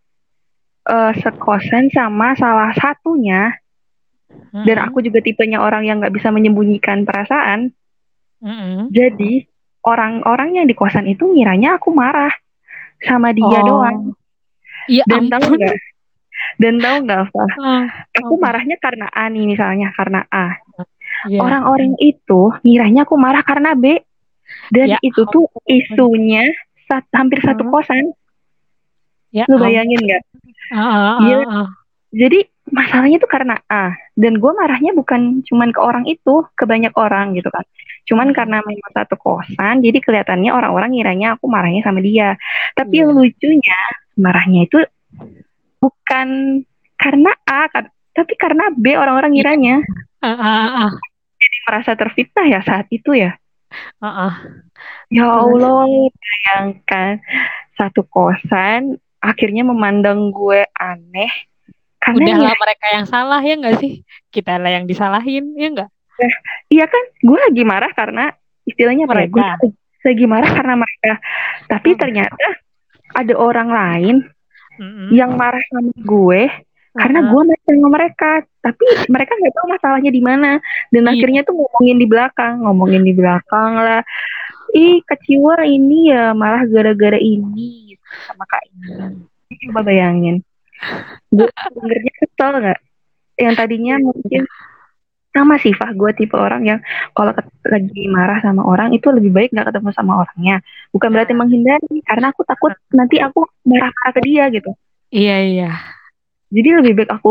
sekosan sama salah satunya, dan mm, aku juga tipenya orang yang nggak bisa menyembunyikan perasaan, mm. jadi orang-orang yang di kosan itu ngiranya aku marah sama dia doang. Oh, ya Dan tahu ampun. nggak? Dan tahu nggak, Fah? Ah, Aku apa? marahnya karena A nih misalnya, karena A. Ya, Orang-orang itu ngiranya aku marah karena B. Dan ya itu tuh ampun. isunya hampir satu Ah, kosan. ya Lu bayangin ampun. nggak? Ah, ah, Gila. ah, ah. Jadi masalahnya tuh karena A. Dan gue marahnya bukan cuman ke orang itu, ke banyak orang gitu kan. Cuman Mm, karena memang satu kosan, jadi kelihatannya orang-orang ngiranya aku marahnya sama dia. Tapi yang iya. lucunya, marahnya itu bukan karena A, tapi karena B, orang-orang Iya. ngiranya. Ah, ah, ah, Merasa terfitnah ya saat itu ya. ah, ah. Ya Terus Allah, bayangkan satu kosan akhirnya memandang gue aneh karena udahlah ngira, mereka yang salah ya nggak sih? Kita lah yang disalahin ya nggak? iya kan, gue lagi marah karena istilahnya apa ya? Gue Mereka. tuh lagi marah karena mereka. Tapi Mm, ternyata ada orang lain yang mm, marah sama gue ah, karena gue ah. marah sama mereka. Tapi mereka nggak tahu masalahnya di mana. Dan Iya, akhirnya tuh ngomongin di belakang lah. Ih, kecewa ini ya malah gara-gara ini gitu, sama kak ini. Coba bayangin. Gue dengernya kesel nggak? Yang tadinya mungkin iya. sama sih, Fah. Gue tipe orang yang kalau lagi marah sama orang itu lebih baik nggak ketemu sama orangnya. Bukan berarti Ah, menghindari, karena aku takut nanti aku marah-marah ke dia gitu. iya, iya. Jadi lebih baik aku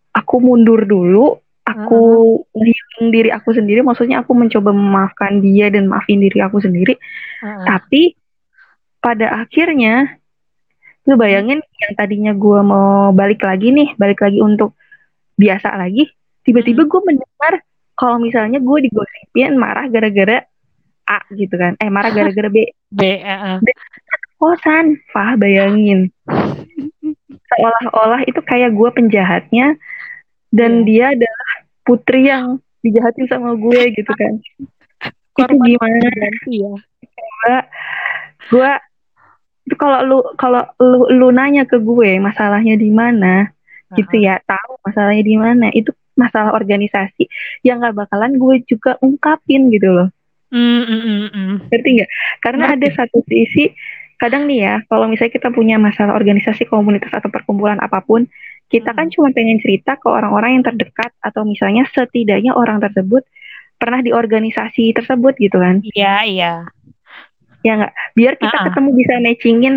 aku mundur dulu, aku Heeh, ngehealing diri aku sendiri, maksudnya aku mencoba memaafkan dia dan maafin diri aku sendiri. heeh. Tapi pada akhirnya, lu Hmm, bayangin yang tadinya gue mau balik lagi nih, balik lagi untuk biasa lagi, tiba-tiba mm-mm. gue mendengar kalau misalnya gue digosipin marah gara-gara A gitu kan, marah gara-gara B. B, heeh. Dan kosan, Fah, bayangin. Seolah-olah itu kayak gue penjahatnya, dan Iya. dia adalah putri yang dijahatin sama gue gitu kan. Itu Korban gimana? berganti ya. Gue itu kalau lu nanya ke gue masalahnya di mana gitu Heeh. ya, tahu masalahnya di mana, itu masalah organisasi yang nggak bakalan gue juga ungkapin gitu loh. Mm, mm, mm, mm. Ngerti nggak? Karena ada Ngerti. satu sisi, kadang nih ya, kalau misalnya kita punya masalah organisasi, komunitas, atau perkumpulan apapun, kita kan Mm. cuma pengen cerita ke orang-orang yang terdekat, atau misalnya setidaknya orang tersebut pernah di organisasi tersebut gitu kan. Iya, iya. Ya nggak? Biar kita Heeh. ketemu bisa matchingin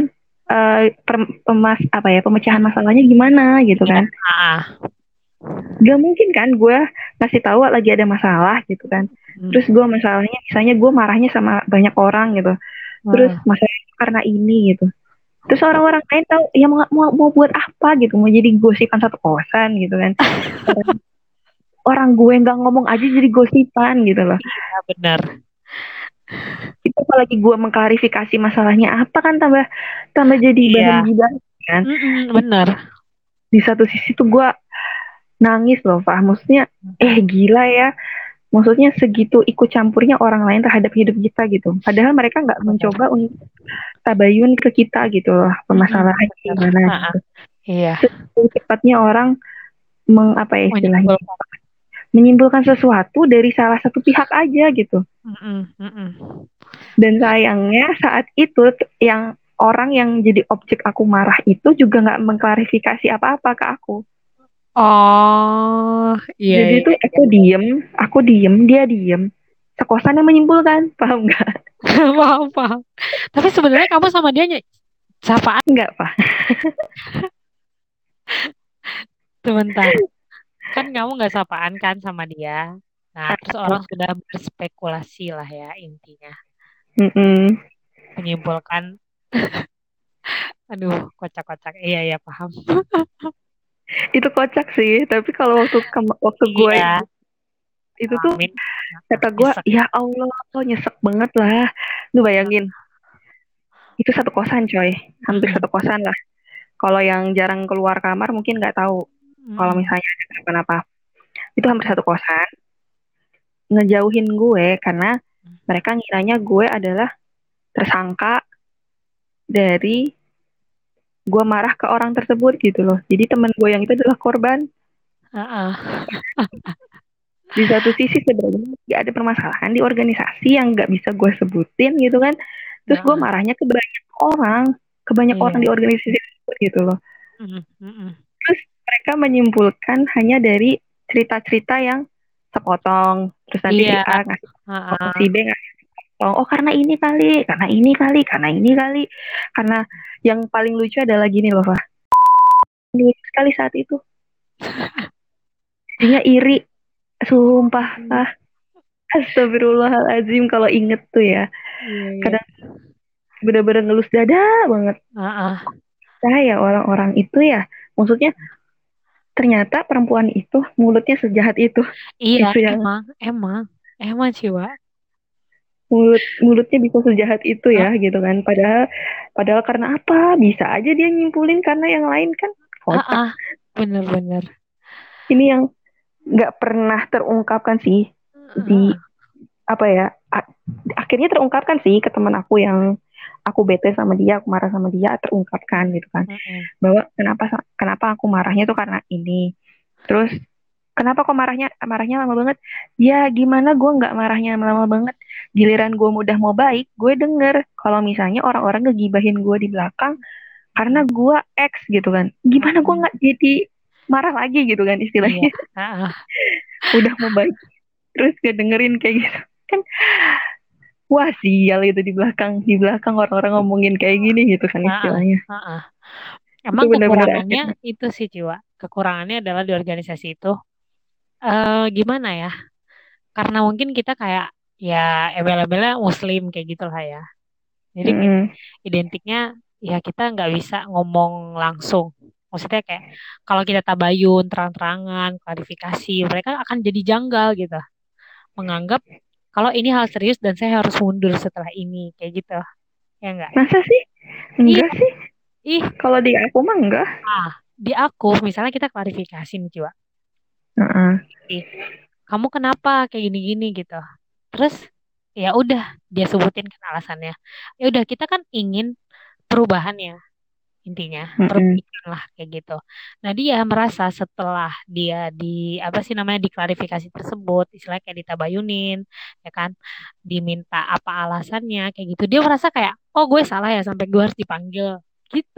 pemecahan masalahnya gimana gitu Iya, kan. heeh. Gak mungkin kan gue ngasih tahu lagi ada masalah gitu kan. Terus Mm. gue masalahnya, misalnya gue marahnya sama banyak orang gitu. Terus Heeh. masalahnya karena ini gitu. Terus orang-orang lain tahu ya mau buat apa gitu, mau jadi gosipan satu kosan gitu kan. Orang, orang gue nggak ngomong aja jadi gosipan gitu loh. Iya, benar. Itu apalagi gue mengklarifikasi masalahnya apa kan, tambah tambah jadi bahan Iya. gibah kan. Mm-mm, benar. Di satu sisi tuh gue nangis loh, Fah. Maksudnya Mm-mm. gila ya. Maksudnya segitu ikut campurnya orang lain terhadap hidup kita gitu. Padahal mereka nggak Benar. mencoba untuk tabayun ke kita gitu loh, Mm-mm, permasalahannya benar. gimana Heeh. gitu. Iya. Secepatnya orang apa ya istilahnya, Menyimpulkan. menyimpulkan sesuatu dari salah satu pihak aja gitu. Mm-mm, mm-mm. Dan sayangnya saat itu yang orang yang jadi objek aku marah itu juga nggak mengklarifikasi apa-apa ke aku. Oh, iya, Jadi iya, tuh iya. aku diem, dia diem. Sekosan yang menyimpulkan, paham nggak? Paham, paham. Tapi sebenarnya kamu sama dia sapaan Nggak, Pak. sebentar. Kan kamu nggak sapaan kan sama dia. Nah, terus orang sudah berspekulasi lah ya intinya. Mm-mm. Menyimpulkan, aduh, kocak-kocak. Iya, iya, paham. Itu kocak sih, tapi kalau waktu gue Iya, itu tuh ngalamin. Nah, kata gue, nyesek. ya Allah, nyesek banget lah. Lu bayangin, itu satu kosan coy, hampir Mm-mm, satu kosan lah. Kalau yang jarang keluar kamar mungkin nggak tahu. Kalau mm-mm, misalnya ada kenapa-napa, itu hampir mm-mm. satu kosan ngejauhin gue karena mereka ngiranya gue adalah tersangka dari gue marah ke orang tersebut gitu loh. Jadi teman gue yang itu adalah korban. Heeh. Di satu sisi sebenarnya gak ada permasalahan di organisasi yang nggak bisa gue sebutin gitu kan. Terus gue Heeh. marahnya ke banyak orang Iya. di organisasi tersebut gitu loh. Mm-mm, mm-mm. Terus mereka menyimpulkan hanya dari cerita-cerita yang sepotong. Terus nanti si Iya. A ngasih potong, Heeh. si B ngasih potong. Oh karena ini kali, karena ini kali, karena ini kali. Karena yang paling lucu adalah gini loh, Fah. Lucu sekali saat itu. Jadinya iri. Sumpah, Mm. Fah. Astagfirullahaladzim kalau inget tuh ya. Iya, iya. Kadang bener-bener ngelus dada banget. Heeh. Saya orang-orang itu ya. Maksudnya ternyata perempuan itu mulutnya sejahat itu. Iya, Itu yang emang, emang, emang sih, Wak. mulutnya bisa sejahat itu Heeh. ya gitu kan. Padahal padahal karena apa? Bisa aja dia nyimpulin karena yang lain kan kocak. Heeh. Bener-bener. Ini yang nggak pernah terungkapkan sih di Heeh. apa ya, akhirnya terungkapkan sih ke teman aku yang aku bete sama dia, aku marah sama dia, terungkapkan gitu kan, Heeh. bahwa kenapa kenapa aku marahnya tuh karena ini. Terus kenapa kok marahnya marahnya lama banget? Ya gimana gue nggak marahnya lama banget. Giliran gue udah mau baik, gue denger kalau misalnya orang-orang ngegibahin gue di belakang karena Heeh. gue X gitu kan. Gimana gue Heeh. nggak jadi marah lagi gitu kan Iya. istilahnya. Heeh. Udah mau baik terus gak dengerin kayak gitu kan. Wah sial itu, di belakang orang-orang ngomongin kayak gini gitu kan Heeh. istilahnya. Heeh. Itu Emang benar-benar kekurangannya akhirnya itu sih, Ciwa. kekurangannya adalah di organisasi itu gimana ya? Karena mungkin kita kayak ya embel-embelnya Muslim kayak gitu lah ya. Jadi kayak Mm-mm. identiknya ya kita nggak bisa ngomong langsung. Maksudnya kayak kalau kita tabayun, terang-terangan, klarifikasi, mereka akan jadi janggal gitu. Menganggap kalau ini hal serius dan saya harus mundur setelah ini kayak gitu. Ya enggak? Masa sih? Iya, Enggak sih. ih, Kalau di aku mah enggak. di aku misalnya kita klarifikasi nih Ciwa. Heeh. Ih, kamu kenapa kayak gini-gini gitu. Terus ya udah dia sebutin kan alasannya. Ya udah kita kan ingin perubahan ya intinya, Mm-mm. perbaikan lah kayak gitu. Nah, dia merasa setelah dia di apa sih namanya diklarifikasi tersebut, istilahnya kayak ditabayunin, ya kan, diminta apa alasannya kayak gitu. Dia merasa kayak, "Oh, gue salah ya sampai gue harus dipanggil." Gitu.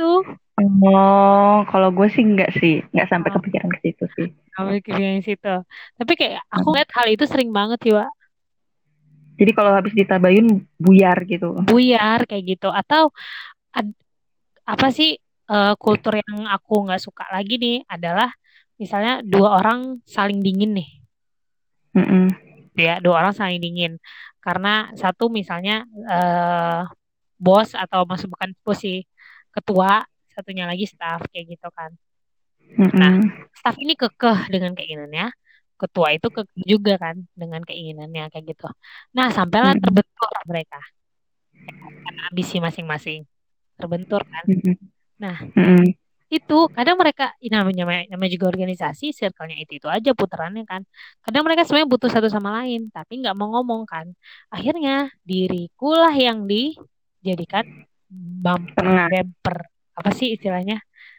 Oh, kalau gue sih enggak sih. Enggak sampai Oh, kepikiran ke situ sih. sampai ke situ. Tapi kayak aku Hmm. lihat hal itu sering banget sih, Wak. Jadi kalau habis ditabayun buyar gitu. Buyar kayak gitu atau ad- apa sih kultur yang aku nggak suka lagi nih adalah misalnya dua orang saling dingin nih Mm-mm. ya dua orang saling dingin karena satu misalnya eh, bos atau maksud bukan bos sih ketua satunya lagi staff kayak gitu kan nah Mm-mm. staff ini kekeh dengan keinginannya ketua itu kekeh juga kan dengan keinginannya kayak gitu nah sampailah Mm-mm. terbentur mereka karena ambisi masing-masing terbentur kan Mm-mm. nah Mm-mm. itu kadang mereka namanya juga organisasi circle-nya itu aja putarannya kan kadang mereka sebenarnya butuh satu sama lain tapi nggak mau ngomong kan akhirnya dirikulah yang dijadikan bumper Penengah, bumper apa sih istilahnya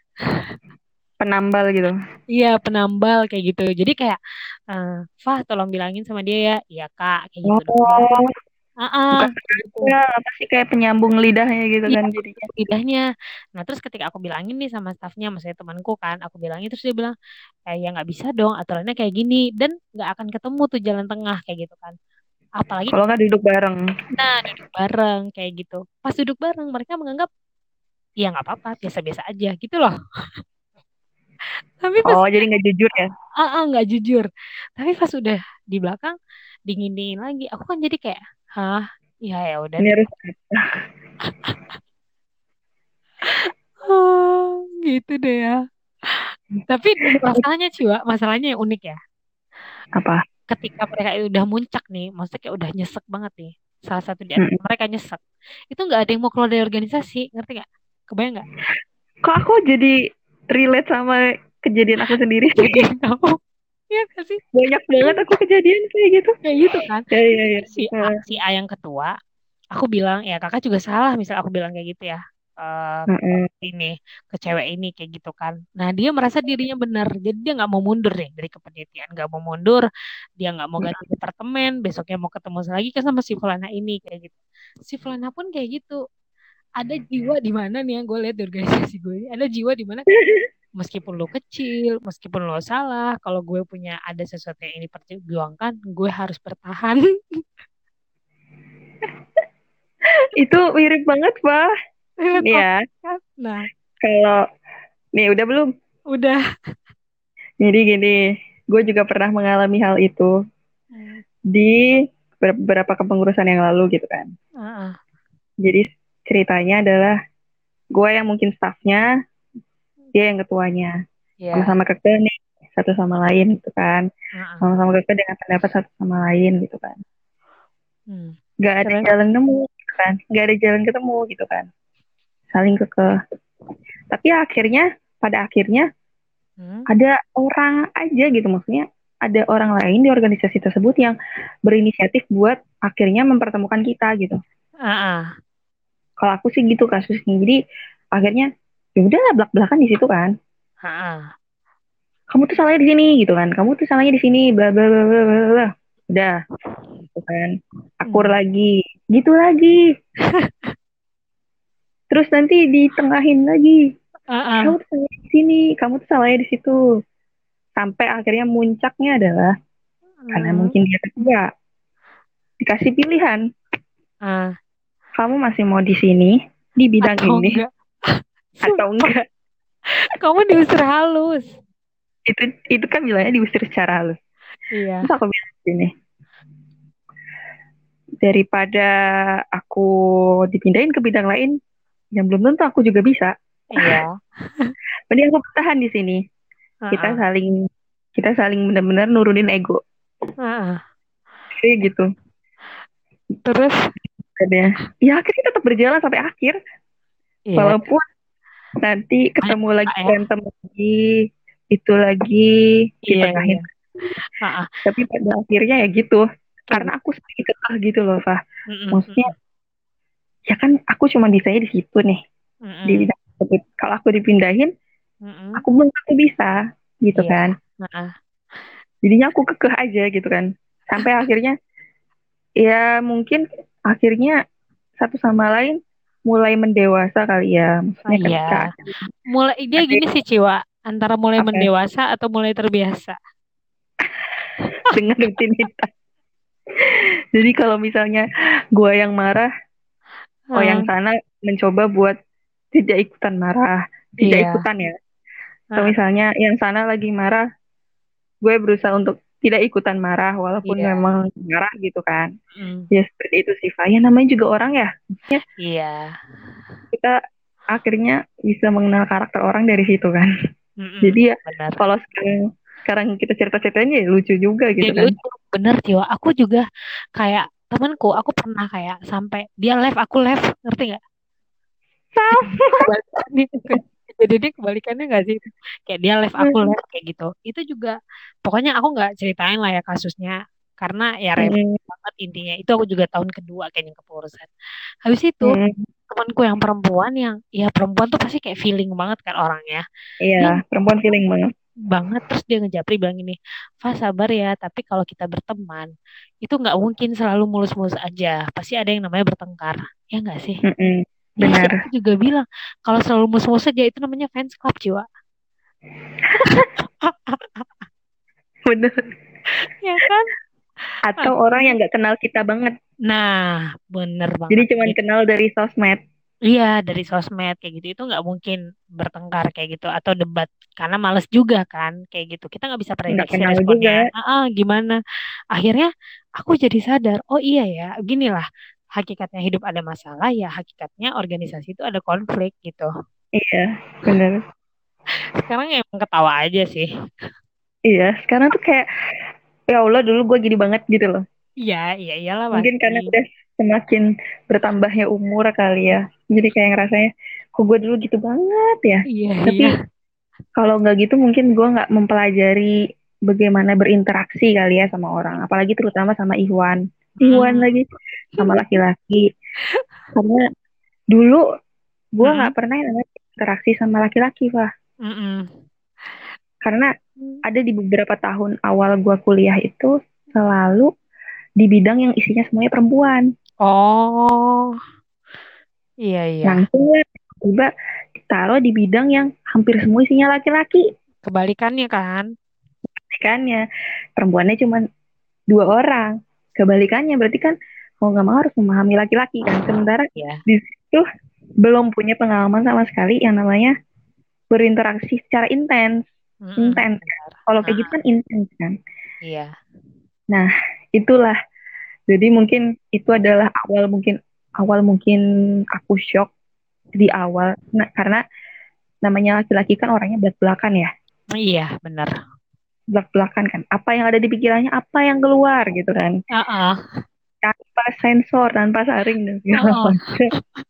penambal gitu. iya penambal kayak gitu jadi kayak Fah tolong bilangin sama dia ya iya kak kayak gitu doang Oh, bukan kayak gitu penambal, apa sih kayak penyambung lidahnya gitu iya kan jadinya. lidahnya nah terus ketika aku bilangin nih sama staffnya maksudnya temanku kan aku bilangin terus dia bilang ya nggak bisa dong aturannya kayak gini dan nggak akan ketemu tuh jalan tengah kayak gitu kan apalagi Kalau nggak duduk bareng. nah duduk bareng kayak gitu pas duduk bareng mereka menganggap ya nggak apa-apa biasa-biasa aja gitu loh tapi pas Oh, jadi nggak jujur ya? nggak jujur tapi pas udah di belakang dingin dingin lagi aku kan jadi kayak hah ya ya udah Ini deh harus gitu deh ya tapi masalahnya Ciwa masalahnya yang unik ya apa? ketika mereka itu udah muncak nih, maksudnya kayak udah nyesek banget nih, salah satu di antara Mm. mereka nyesek, itu nggak ada yang mau keluar dari organisasi, ngerti nggak? Kebayang nggak? Kok aku jadi relate sama kejadian aku sendiri sih? Jadi kamu, ya nggak sih? Banyak banget aku kejadian kayak gitu. Kayak gitu kan? Ya, ya, ya. Si A yang ketua, aku bilang ya kakak juga salah, misal aku bilang kayak gitu ya. Ke Mm-mm. ini ke cewek ini kayak gitu kan. Nah dia merasa dirinya benar, jadi dia nggak mau mundur nih dari kepanitiaan, nggak mau mundur, dia nggak mau ganti departemen, besoknya mau ketemu lagi kan sama si Fulana ini kayak gitu. Si Fulana pun kayak gitu. Ada jiwa di mana nih yang gue lihat di organisasi gue ini, ada jiwa di mana meskipun lo kecil, meskipun lo salah, kalau gue punya ada sesuatu yang ini diperjuangkan, gue harus bertahan. Itu mirip banget, Pak. Nih ya, Nah, kalau nih udah belum? udah. Jadi gini, gue juga pernah mengalami hal itu di beberapa kepengurusan yang lalu gitu kan. Heeh. Jadi ceritanya adalah gue yang mungkin staffnya, dia yang ketuanya. Ya. Sama-sama keke nih, satu sama lain gitu kan. Heeh. Sama-sama keke dengan pendapat satu sama lain gitu kan. Hmm. Gak ada Terus? jalan nemu gitu kan. Gak ada jalan ketemu gitu kan. Saling keke. Tapi akhirnya, pada akhirnya Hmm. ada orang aja gitu maksudnya. Ada orang lain di organisasi tersebut yang berinisiatif buat akhirnya mempertemukan kita gitu. Heeh. Kalau aku sih gitu kasusnya. Jadi akhirnya ya udah belak-belakan di situ kan. Heeh. Kamu tuh salahnya di sini gitu kan. Kamu tuh salahnya di sini bla bla bla bla bla. Bla. Udah gitu kan. Akur Hmm. lagi. Gitu lagi. Terus nanti ditengahin lagi. Heeh. Kamu tuh salahnya di sini, kamu tuh salahnya di situ. Sampai akhirnya muncaknya adalah karena Hmm. mungkin dia ketua dikasih pilihan. Ah, Kamu masih mau di sini di bidang atau ini enggak? atau Sumpah, enggak? kamu diusir halus. itu kan bilangnya diusir secara halus. Iya. Terus aku bilang gini, daripada aku dipindahin ke bidang lain yang belum tentu aku juga bisa, Iya. mending aku bertahan di sini. Kita Heeh. saling kita saling benar-benar nurunin ego. Heeh. Kayak gitu. Terus Katanya. Ya akhirnya tetap berjalan sampai akhir. iya, Walaupun nanti banyak ketemu lagi, Kak, ya. berantem lagi, itu lagi Iya, iya. ditengahin. Heeh. Tapi pada akhirnya ya gitu. Kayak Karena gitu. aku sendiri kekeh gitu loh, Fah. Mm-mm, Maksudnya, mm-mm, ya kan aku cuma bisanya di situ nih. Di mm-mm, bidang tersebut. Kalau aku dipindahin, mm-mm. aku belum tentu bisa. Gitu Iya. kan. Heeh. Jadinya aku kekeh aja gitu kan. Sampai akhirnya, ya mungkin akhirnya satu sama lain mulai mendewasa kali ya. Oh Maksudnya iya. ketika Mulai dia ada gini sih, Ciwa, antara mulai apa mendewasa atau mulai terbiasa. dengan rutinitas. Jadi kalau misalnya gue yang marah, oh yang Heeh. sana mencoba buat tidak ikutan marah, tidak Iya. ikutan ya. Atau Heeh. misalnya yang sana lagi marah, gue berusaha untuk tidak ikutan marah walaupun Iya. memang marah gitu kan. Mm. Ya seperti itu sih, Fa. Ya namanya juga orang ya. Maksudnya Iya. kita akhirnya bisa mengenal karakter orang dari situ kan. Mm-mm. Jadi ya Benar. kalau sekarang kita cerita-ceritanya ya lucu juga gitu Jadi kan. lucu, bener Tio. Aku juga kayak temanku, aku pernah kayak sampai dia live, aku live, ngerti nggak? Kebalikannya, jadi dia kebalikannya nggak sih? Kayak dia live, aku live kayak gitu. Itu juga, pokoknya aku nggak ceritain lah ya kasusnya, karena ya repot Mm, banget intinya. Itu aku juga tahun kedua kayaknya kepengurusan. Habis itu mm, temanku yang perempuan yang, ya perempuan tuh pasti kayak feeling banget kan orangnya. iya, Dia perempuan feeling banget. banget terus dia ngejapri bilang gini, Fa sabar ya, tapi kalau kita berteman itu nggak mungkin selalu mulus-mulus aja, pasti ada yang namanya bertengkar, ya nggak sih? Mm-mm, Iya sih, benar, aku juga bilang kalau selalu mulus-mulus aja itu namanya fans club jiwa. benar. Ya kan? Atau orang Aduh. yang nggak kenal kita banget, Nah, bener jadi banget. cuman kenal dari sosmed, Iya, dari sosmed kayak gitu itu nggak mungkin bertengkar kayak gitu atau debat karena males juga kan kayak gitu. Kita nggak bisa nggak prediksi kenal responnya. juga. Gimana? Akhirnya aku jadi sadar, oh iya ya, ginilah hakikatnya hidup ada masalah ya hakikatnya organisasi itu ada konflik gitu. Iya, benar. Sekarang emang ketawa aja sih. Iya, sekarang tuh kayak ya Allah dulu gue gini banget gitu loh. Iya, iya iyalah Mungkin pasti. karena udah semakin bertambahnya umur kali ya. Jadi kayak ngerasanya, kok gue dulu gitu banget ya. Iya, iya. Tapi kalau nggak gitu mungkin gue nggak mempelajari bagaimana berinteraksi kali ya sama orang. Apalagi terutama sama Iwan. Iwan Mm-mm. lagi sama laki-laki. Karena dulu gue nggak Mm-mm. pernah yang namanya interaksi sama laki-laki, Pak. Mm-mm. Karena ada di beberapa tahun awal gue kuliah itu selalu di bidang yang isinya semuanya perempuan. Oh, iya iya. Langsung lah tiba ditaruh di bidang yang hampir semua isinya laki-laki. Kebalikannya kan? Kebalikannya, perempuannya cuma 2 orang. Kebalikannya berarti kan mau nggak mau harus memahami laki-laki kan. Sementara Iya. di situ belum punya pengalaman sama sekali yang namanya berinteraksi secara intens. Mm-mm. Intens. Benar. Kalau kayak gitu Ah, kan intens kan. iya. Nah, itulah. Jadi mungkin itu adalah awal mungkin aku shock di awal. Nah, karena namanya laki-laki kan orangnya belak-belakan ya. Iya, benar. Belak-belakan kan. Apa yang ada di pikirannya, apa yang keluar gitu kan. Heeh. Tanpa sensor, tanpa saring dan segala Heeh. macam.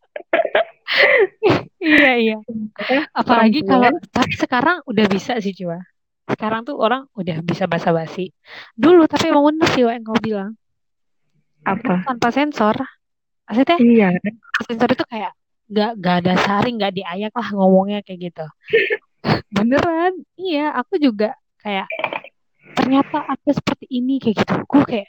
Iya, iya. Sementara Apalagi kalau perempuan tapi sekarang udah bisa sih Cua. Sekarang tuh orang udah bisa basa-basi. Dulu tapi emang bener sih Wak, yang kau bilang. Dulu apa? tanpa sensor. Maksudnya Iya, tanpa sensor itu kayak gak ada saring, gak diayak lah ngomongnya kayak gitu. Beneran. Iya, aku juga kayak ternyata ada seperti ini kayak gitu. Gue kayak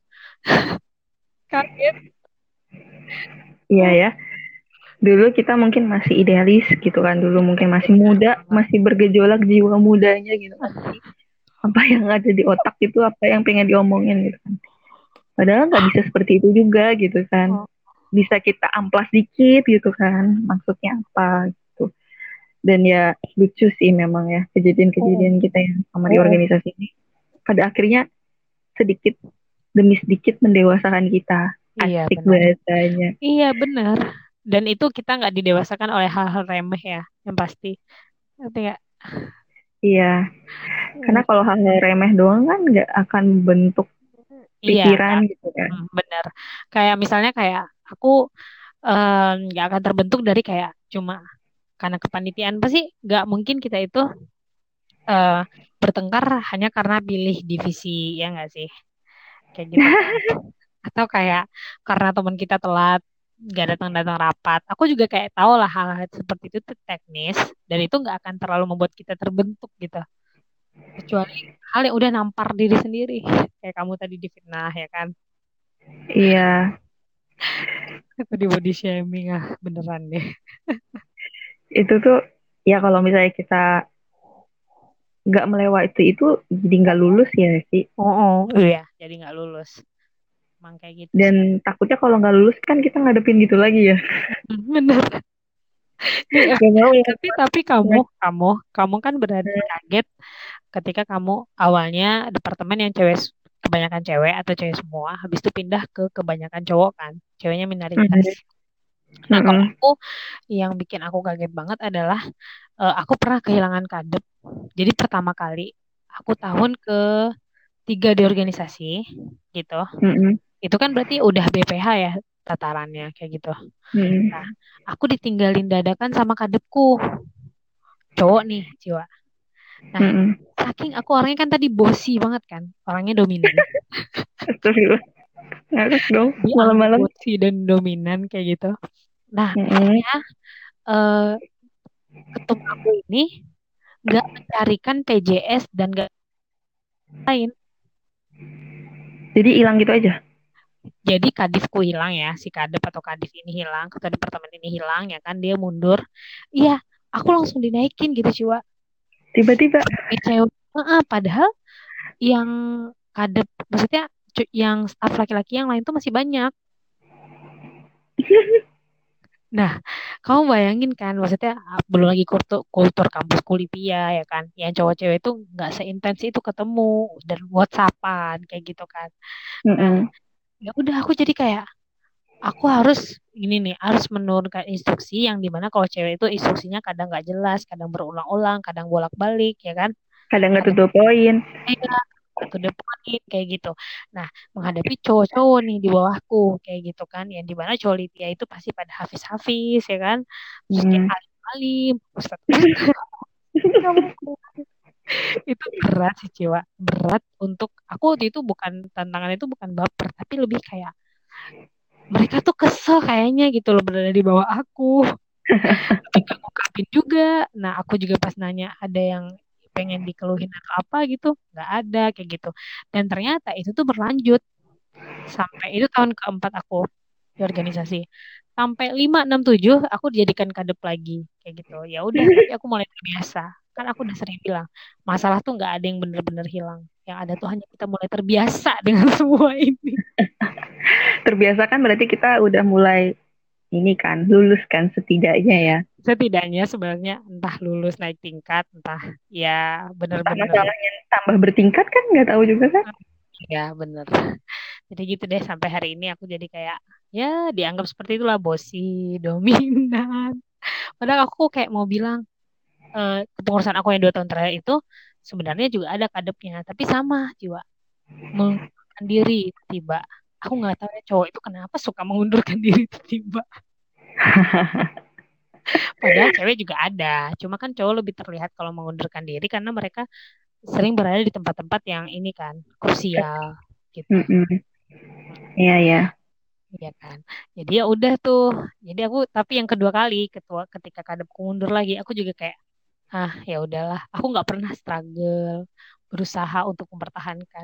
kaget. iya ya. Dulu kita mungkin masih idealis gitu kan. Dulu mungkin masih muda, masih bergejolak jiwa mudanya gitu kan. Jadi apa yang ada di otak itu apa yang pengen diomongin gitu kan. Padahal nggak bisa seperti itu juga gitu kan. Oh, Bisa kita amplas dikit gitu kan. Maksudnya apa gitu. Dan ya lucu sih memang ya Oh, kejadian-kejadian kita yang sama di oh, organisasi ini. Pada akhirnya sedikit demi sedikit mendewasakan kita. iya Asik benar. bahasanya. Iya benar. Dan itu kita nggak didewasakan oleh hal-hal remeh ya, yang pasti. Ngerti nggak? Iya, karena Hmm, kalau hal-hal remeh doang kan nggak akan bentuk iya, pikiran nggak. gitu kan. Benar. Kayak misalnya kayak aku nggak akan terbentuk dari kayak cuma karena kepanitiaan pasti nggak mungkin kita itu eh, bertengkar hanya karena pilih divisi ya nggak sih kayak gitu kan atau kayak karena teman kita telat nggak datang-datang rapat aku juga kayak tahu lah hal-hal seperti itu tuh teknis dan itu nggak akan terlalu membuat kita terbentuk gitu kecuali hal yang udah nampar diri sendiri kayak kamu tadi difitnah ya kan Iya, aku di body shaming beneran deh. itu tuh ya kalau misalnya kita nggak melewati itu jadi nggak lulus ya sih. Oh, oh iya jadi nggak lulus emang kayak gitu sih. Dan takutnya kalau nggak lulus kan kita ngadepin gitu lagi ya. Bener. Nih, Gak mau ya. tapi kamu kan berarti kaget ketika kamu awalnya departemen yang kebanyakan cewek atau cewek semua, habis itu pindah ke kebanyakan cowok kan, ceweknya minoritas. Mm-mm. Nah, kalau Mm-mm. aku yang bikin aku kaget banget adalah aku pernah kehilangan kadep. Jadi pertama kali aku tahun ketiga di organisasi gitu. Mm-mm. Itu kan berarti udah BPH ya tatarannya kayak gitu. Mm-mm. Nah, aku ditinggalin dadakan sama kadepku, cowok nih, jiwa. Nah, Mm-mm. saking aku orangnya kan tadi bossy banget kan, orangnya dominan. Astagfirullah. Ngakak dong Dianggap malam-malam. bossy dan dominan kayak gitu. Nah, Mm-mm. akhirnya eh, ketum aku ini nggak mencarikan PJS dan nggak lain. Jadi hilang gitu aja. Jadi kadifku hilang ya, si kadep atau kadif ini hilang, ketua departemen ini hilang ya kan, dia mundur. Iya, aku langsung dinaikin gitu coba. Tiba-tiba. Cewek. Padahal yang kadep, maksudnya yang staf laki-laki yang lain tuh masih banyak. Nah, kamu bayangin kan, maksudnya belum lagi kultur kampus Kulipia ya kan, yang cowok cewek itu nggak seintens itu ketemu dan WhatsAppan kayak gitu kan. Nah, Mm-mm. ya udah aku jadi kayak aku harus ini nih, harus menurunkan instruksi yang dimana kalau cewek itu instruksinya kadang nggak jelas, kadang berulang-ulang, kadang bolak-balik ya kan, Kadang nggak kadang tutup poin. atau depan kayak gitu. Nah, menghadapi cowok-cowok nih di bawahku kayak gitu kan, yang di mana cowok Lipia itu pasti pada hafiz-hafiz ya kan, terus kayak Mm. alim-alim, ustad-ustad, itu berat sih Ciwa, berat untuk aku waktu itu bukan tantangan itu bukan baper, tapi lebih kayak mereka tuh kesel kayaknya gitu loh berada di bawah aku, tapi gak ngungkapin juga. Nah, aku juga pas nanya ada yang pengen dikeluhin atau apa gitu, nggak ada kayak gitu. Dan ternyata itu tuh berlanjut sampai itu tahun keempat aku di organisasi. Sampai 5 6 7 aku dijadikan kadep lagi kayak gitu. Ya udah, tapi aku mulai terbiasa. Kan aku udah sering bilang, masalah tuh nggak ada yang bener-bener hilang. Yang ada tuh hanya kita mulai terbiasa dengan semua ini. Terbiasa kan berarti kita udah mulai ini kan lulus kan setidaknya ya. Setidaknya sebenarnya entah lulus naik tingkat, entah ya Entah bener-bener masalahnya tambah bertingkat kan nggak tahu juga kan. ya bener. Jadi gitu deh sampai hari ini aku jadi kayak ya dianggap seperti itulah bosi, dominan. Padahal aku kayak mau bilang kepengurusan aku yang 2 tahun terakhir itu sebenarnya juga ada kadepnya, tapi sama jiwa mengundurkan diri tiba. Aku nggak tahu ya cowok itu kenapa suka mengundurkan diri tiba. Padahal cewek juga ada. Cuma kan cowok lebih terlihat kalau mengundurkan diri karena mereka sering berada di tempat-tempat yang ini kan krusial gitu. Mm-mm. Iya ya. Iya kan. Jadi ya udah tuh. Jadi aku tapi yang kedua kali ketika kadepku mundur lagi, aku juga kayak ya udahlah. Aku nggak pernah struggle berusaha untuk mempertahankan.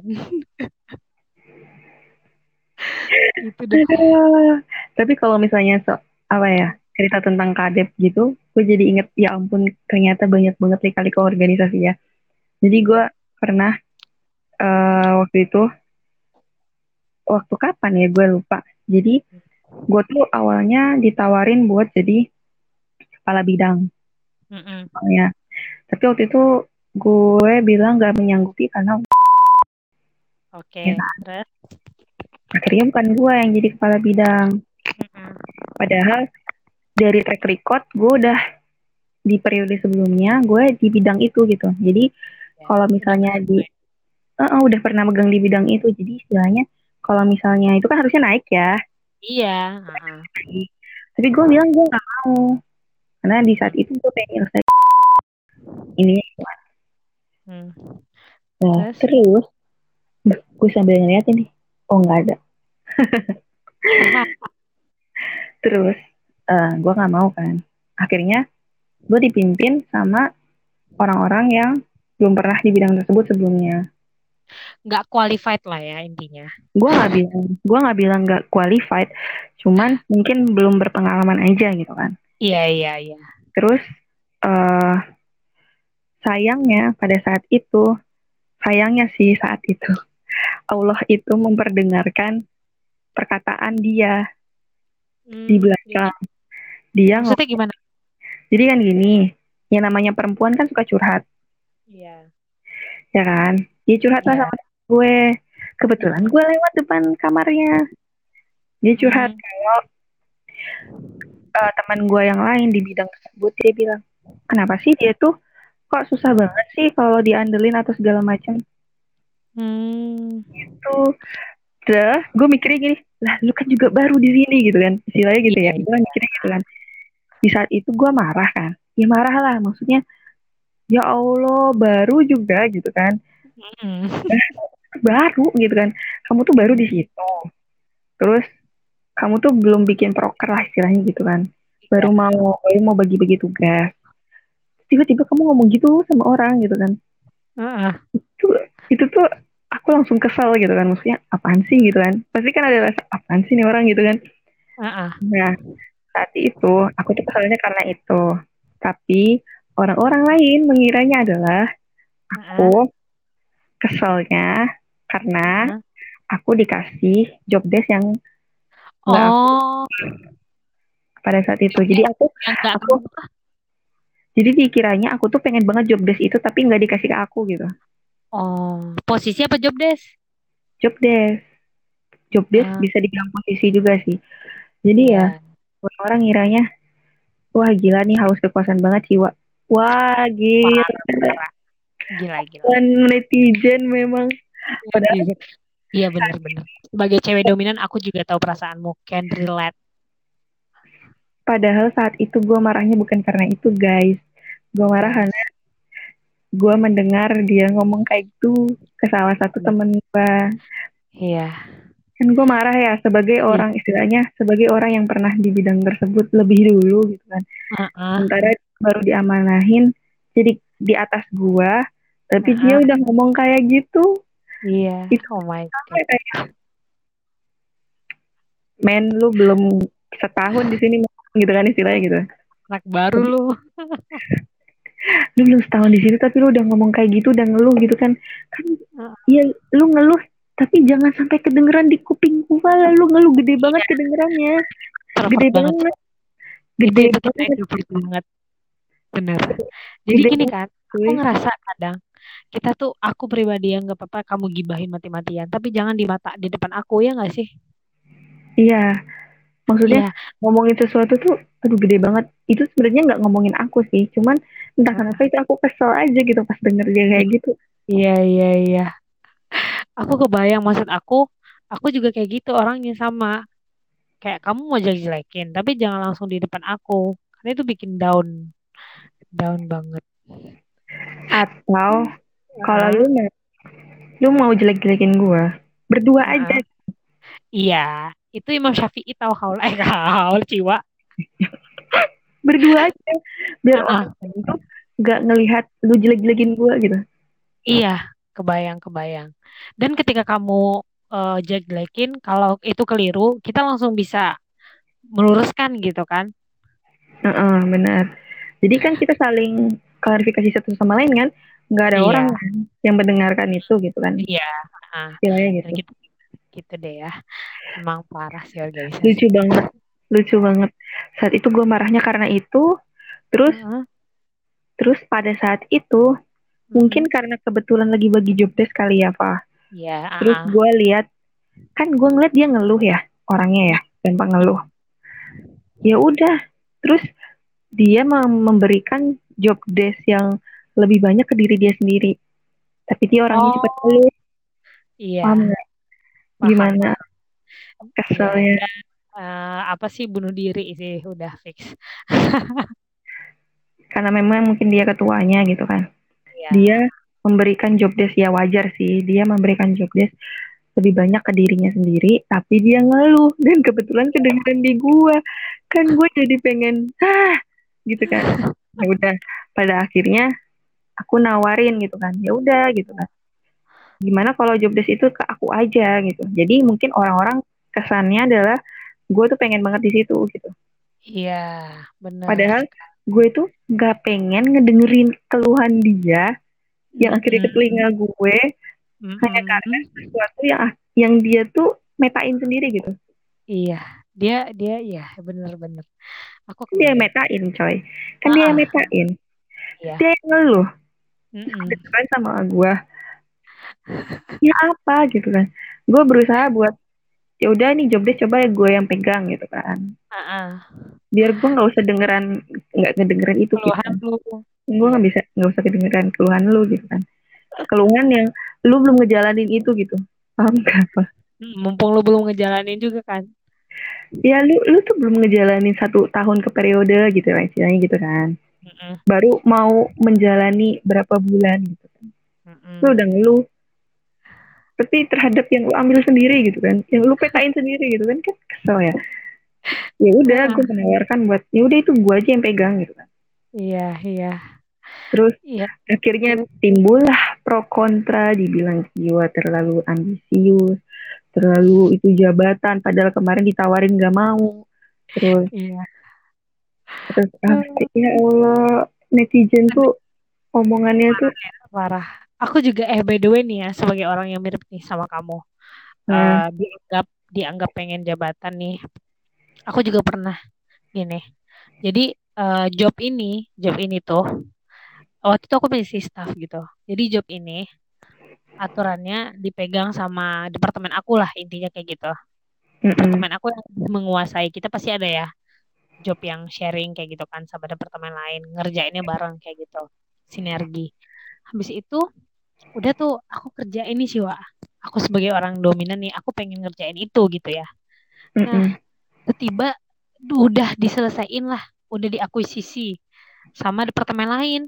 Itu deh. Aduh. Tapi kalau misalnya apa ya cerita tentang kadep gitu, gue jadi inget ya ampun ternyata banyak banget kali ke organisasi ya. Jadi gue pernah waktu itu waktu kapan ya gue lupa. Jadi gue tuh awalnya ditawarin buat jadi kepala bidang. Mm-mm. ya. Tapi waktu itu gue bilang gak menyanggupi karena ya, Oke, terus? akhirnya bukan gue yang jadi kepala bidang. Mm-mm. Padahal dari track record gue udah di periode sebelumnya gue di bidang itu gitu. Jadi Ya, kalau udah misalnya pernah di juga ya? udah pernah megang di bidang itu, jadi istilahnya kalau misalnya itu kan harusnya naik ya. Iya, heeh. Tapi gue bilang gue nggak mau karena di saat Mm, itu gue pengen nyelesain ini. mm. Nah, Terus? terus gue sambil ngeliatin nih, oh nggak ada. Terus gue nggak mau kan. Akhirnya gue dipimpin sama orang-orang yang belum pernah di bidang tersebut sebelumnya. Nggak qualified lah ya intinya. Gue nggak bilang nggak qualified, cuman mungkin belum berpengalaman aja gitu kan. Iya, iya, iya. Terus eh sayangnya pada saat itu, sayangnya sih saat itu Allah itu memperdengarkan perkataan dia di Jadi belakang. Dia maksudnya ngomong, gimana? jadi kan gini, yang namanya perempuan kan suka curhat, Iya, ya kan? Dia curhat lah iya. sama gue. Kebetulan Mm-mm. gue lewat depan kamarnya. Dia curhat Mm, kalau teman gue yang lain di bidang tersebut, dia bilang, kenapa sih dia tuh kok susah banget sih kalau diandelin atau segala macam. mm, Tuh, gue mikirnya gini, lah lu kan juga baru di sini gitu kan, istilahnya gitu iya, ya. Gue iya. mikirnya gitu kan. Di saat itu gue marah kan, ya marah lah, maksudnya ya Allah baru juga gitu kan, Mm, baru gitu kan, kamu tuh baru di mm, situ, terus kamu tuh belum bikin proker lah istilahnya gitu kan, iya. baru mau bagi-bagi tugas, tiba-tiba kamu ngomong gitu sama orang gitu kan, Heeh, itu itu tuh aku langsung kesel gitu kan, maksudnya apaan sih gitu kan, pasti kan ada rasa apaan sih nih orang gitu kan. heeh, Nah, saat itu aku tuh keselnya karena itu, tapi orang-orang lain mengiranya adalah heeh, aku keselnya karena heeh. aku dikasih job desk yang nggak aku Oh, pada saat itu. job Jadi desk aku yang nggak aku kamu. jadi dikiranya aku tuh pengen banget job desk itu tapi nggak dikasih ke aku gitu. Oh, posisi apa job desk? Job desk, job desk Ah, bisa dibilang posisi juga sih. Jadi ya iya. orang-orang ngiranya wah gila nih haus kekuasaan banget sih Wak. Wah gila. Parah, parah. Gila, gila. Dan netizen memang. Padahal Netizen. Iya, bener-bener. Sebagai cewek dominan, aku juga tahu perasaanmu. Can relate. padahal saat itu gue marahnya bukan karena itu guys. Gue marah karena Terus, gue mendengar dia ngomong kayak gitu ke salah satu iya, temen gue. iya, Kan gue marah ya sebagai iya. orang istilahnya sebagai orang yang pernah di bidang tersebut lebih dulu gitu kan. Heeh, Sementara baru diamanahin jadi di atas gue, tapi dia heeh. udah ngomong kayak gitu. Iya, Itu oh my sampai God. kayak men lu belum setahun di sini gitu kan istilahnya gitu. Anak baru Tapi lu. lu belum setahun di sini tapi lu udah ngomong kayak gitu udah ngeluh gitu kan. Kan Heeh. ya lu ngeluh tapi jangan sampai kedengeran di kuping gua lah, lu ngeluh gede banget Iya, kedengerannya. Gede introvert banget. banget, Itu gede itu kita banget, introvert banget. Bener. Jadi gede gini banget kan, aku cuy. ngerasa kadang kita tuh, aku pribadi yang nggak apa-apa kamu gibahin mati-matian, tapi jangan di mata di depan aku ya nggak sih? Iya, maksudnya Iya, ngomongin sesuatu tuh, aduh gede banget. Itu sebenarnya nggak ngomongin aku sih, cuman entah kenapa Heeh. itu aku kesel aja gitu pas denger dia kayak gitu. Iya, iya, iya. Aku kebayang maksud aku juga kayak gitu orangnya sama. Kayak kamu mau jelek-jelekin, tapi jangan langsung di depan aku. Karena itu bikin down, down banget. Atau kalau Heeh, lu mau jelek-jelekin gua, berdua aja, heeh. Iya, itu Imam Syafi'i tahu haul haul ciwa. berdua aja, biar orang Heeh. itu nggak ngelihat lu jelek-jelekin gua gitu. Iya, kebayang, kebayang. Dan ketika kamu jelek-jelekin, kalau itu keliru, kita langsung bisa meluruskan gitu kan? Heeh, benar. Jadi kan kita saling klarifikasi satu sama lain kan, nggak ada orang Iya, kan yang mendengarkan itu gitu kan, iya. Heeh. istilahnya Dan gitu. gitu, gitu deh ya. Emang parah sih organisasi. Lucu banget, lucu banget. Saat itu gue marahnya karena itu, terus Heeh. Terus pada saat itu mungkin Mm-mm. karena kebetulan lagi bagi job desk kali ya, Pak. Iya, Terus gue lihat, kan gue ngeliat dia ngeluh ya, orangnya ya, gampang ngeluh. Ya udah, terus dia memberikan job desk yang lebih banyak ke diri dia sendiri. Tapi dia orangnya cepat Oh, ngeluh, paham iya, nggak? paham, Gimana paham. Iya, keselnya? dia apa sih bunuh diri sih, udah fix. Karena memang mungkin dia ketuanya gitu kan. Iya, Dia memberikan job desk, ya wajar sih. Dia memberikan job desk lebih banyak ke dirinya sendiri, tapi dia ngeluh dan kebetulan kedengeran di gua. Kan gue jadi pengen gitu kan. Ya udah, pada akhirnya aku nawarin gitu kan. Ya udah gitu kan. Gimana kalau job desk itu ke aku aja gitu. Jadi mungkin orang-orang kesannya adalah gue tuh pengen banget di situ gitu. iya, benar Padahal sekali. gue tuh gak pengen ngedengerin keluhan dia yang akhirnya ke Mm-mm, telinga gue hanya karena mm-mm. sesuatu yang dia tuh metain sendiri gitu. Iya, dia dia iya benar-benar. Aku Kan dia yang kebayang. metain coy. Kan Ah, dia yang ah, metain. Terus iya. dia yang ngeluh. Mm-mm. Gitu kan sama gue. Ya apa gitu kan. Gue berusaha buat ya udah nih job desk coba ya gue yang pegang gitu kan. Ah, ah. Biar gue nggak usah dengeran, nggak ngedengerin itu gitu Keluhan kan. lu. Gue Iya. nggak usah kedengeran keluhan lu gitu kan. Keluhan yang lu belum ngejalanin itu gitu. Paham gak? Mumpung lu belum ngejalanin juga kan. Ya lu tuh belum ngejalanin 1 tahun ke periode gitu lah istilahnya gitu kan. Mm-mm, Baru mau menjalani berapa bulan gitu kan. Lu mm-mm. udah ngeluh tapi terhadap yang lu ambil sendiri gitu kan, yang lu petain sendiri gitu kan, kan kesel ya. Ya udah gue Ah, menawarkan buat ya udah itu gue aja yang pegang gitu kan. iya, iya. Terus Iya, akhirnya terus timbullah pro kontra, dibilang jiwa terlalu ambisius, terlalu itu jabatan padahal kemarin ditawarin gak mau. Terus iya. terus Eh, ya Allah, netizen tuh omongannya tuh parah. Aku juga by the way nih ya sebagai orang yang mirip nih sama kamu. eh, Dianggap dianggap pengen jabatan nih. Aku juga pernah gini. Jadi job ini tuh waktu itu aku masih staff gitu. Jadi job ini aturannya dipegang sama departemen aku lah intinya kayak gitu. mm-mm, Departemen aku yang menguasai kita pasti ada ya job yang sharing kayak gitu kan sama departemen lain ngerjainnya bareng kayak gitu sinergi. Habis itu udah tuh aku kerja ini sih Wak. Aku sebagai orang dominan nih aku pengen ngerjain itu gitu ya. Nah mm-mm, tiba udah diselesaiin lah, udah diakuisisi sama departemen lain.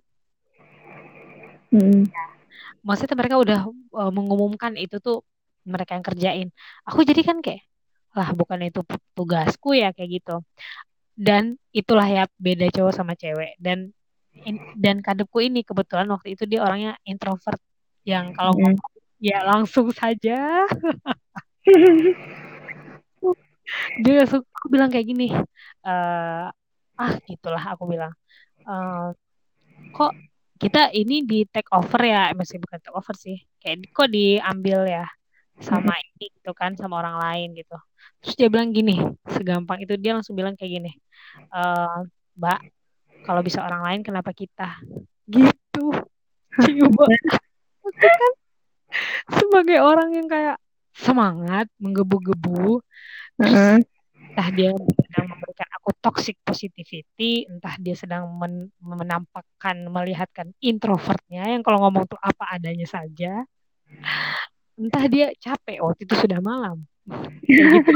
mm-mm, Maksudnya mereka udah mengumumkan itu tuh mereka yang kerjain. Aku jadi kan kayak, lah bukan itu tugasku ya kayak gitu. Dan itulah ya beda cowok sama cewek. Dan kadepku ini kebetulan waktu itu dia orangnya introvert yang kalau mm-mm. ngomong ya langsung saja. Dia langsung aku bilang kayak gini, gitulah aku bilang. "Eh, kok kita ini di take over ya, masih bukan take over sih, kayak kok diambil ya sama ini gitu kan sama orang lain gitu." Terus dia bilang gini, segampang itu dia langsung bilang kayak gini, eh Mbak, kalau bisa orang lain kenapa kita? Gitu. Coba aku kan sebagai orang yang kayak semangat menggebu-gebu, terus Heeh. entah dia sedang memberikan aku toxic positivity, entah dia sedang menampakkan, melihatkan introvertnya yang kalau ngomong tuh apa adanya saja, entah dia capek waktu itu sudah malam, kayak gitu.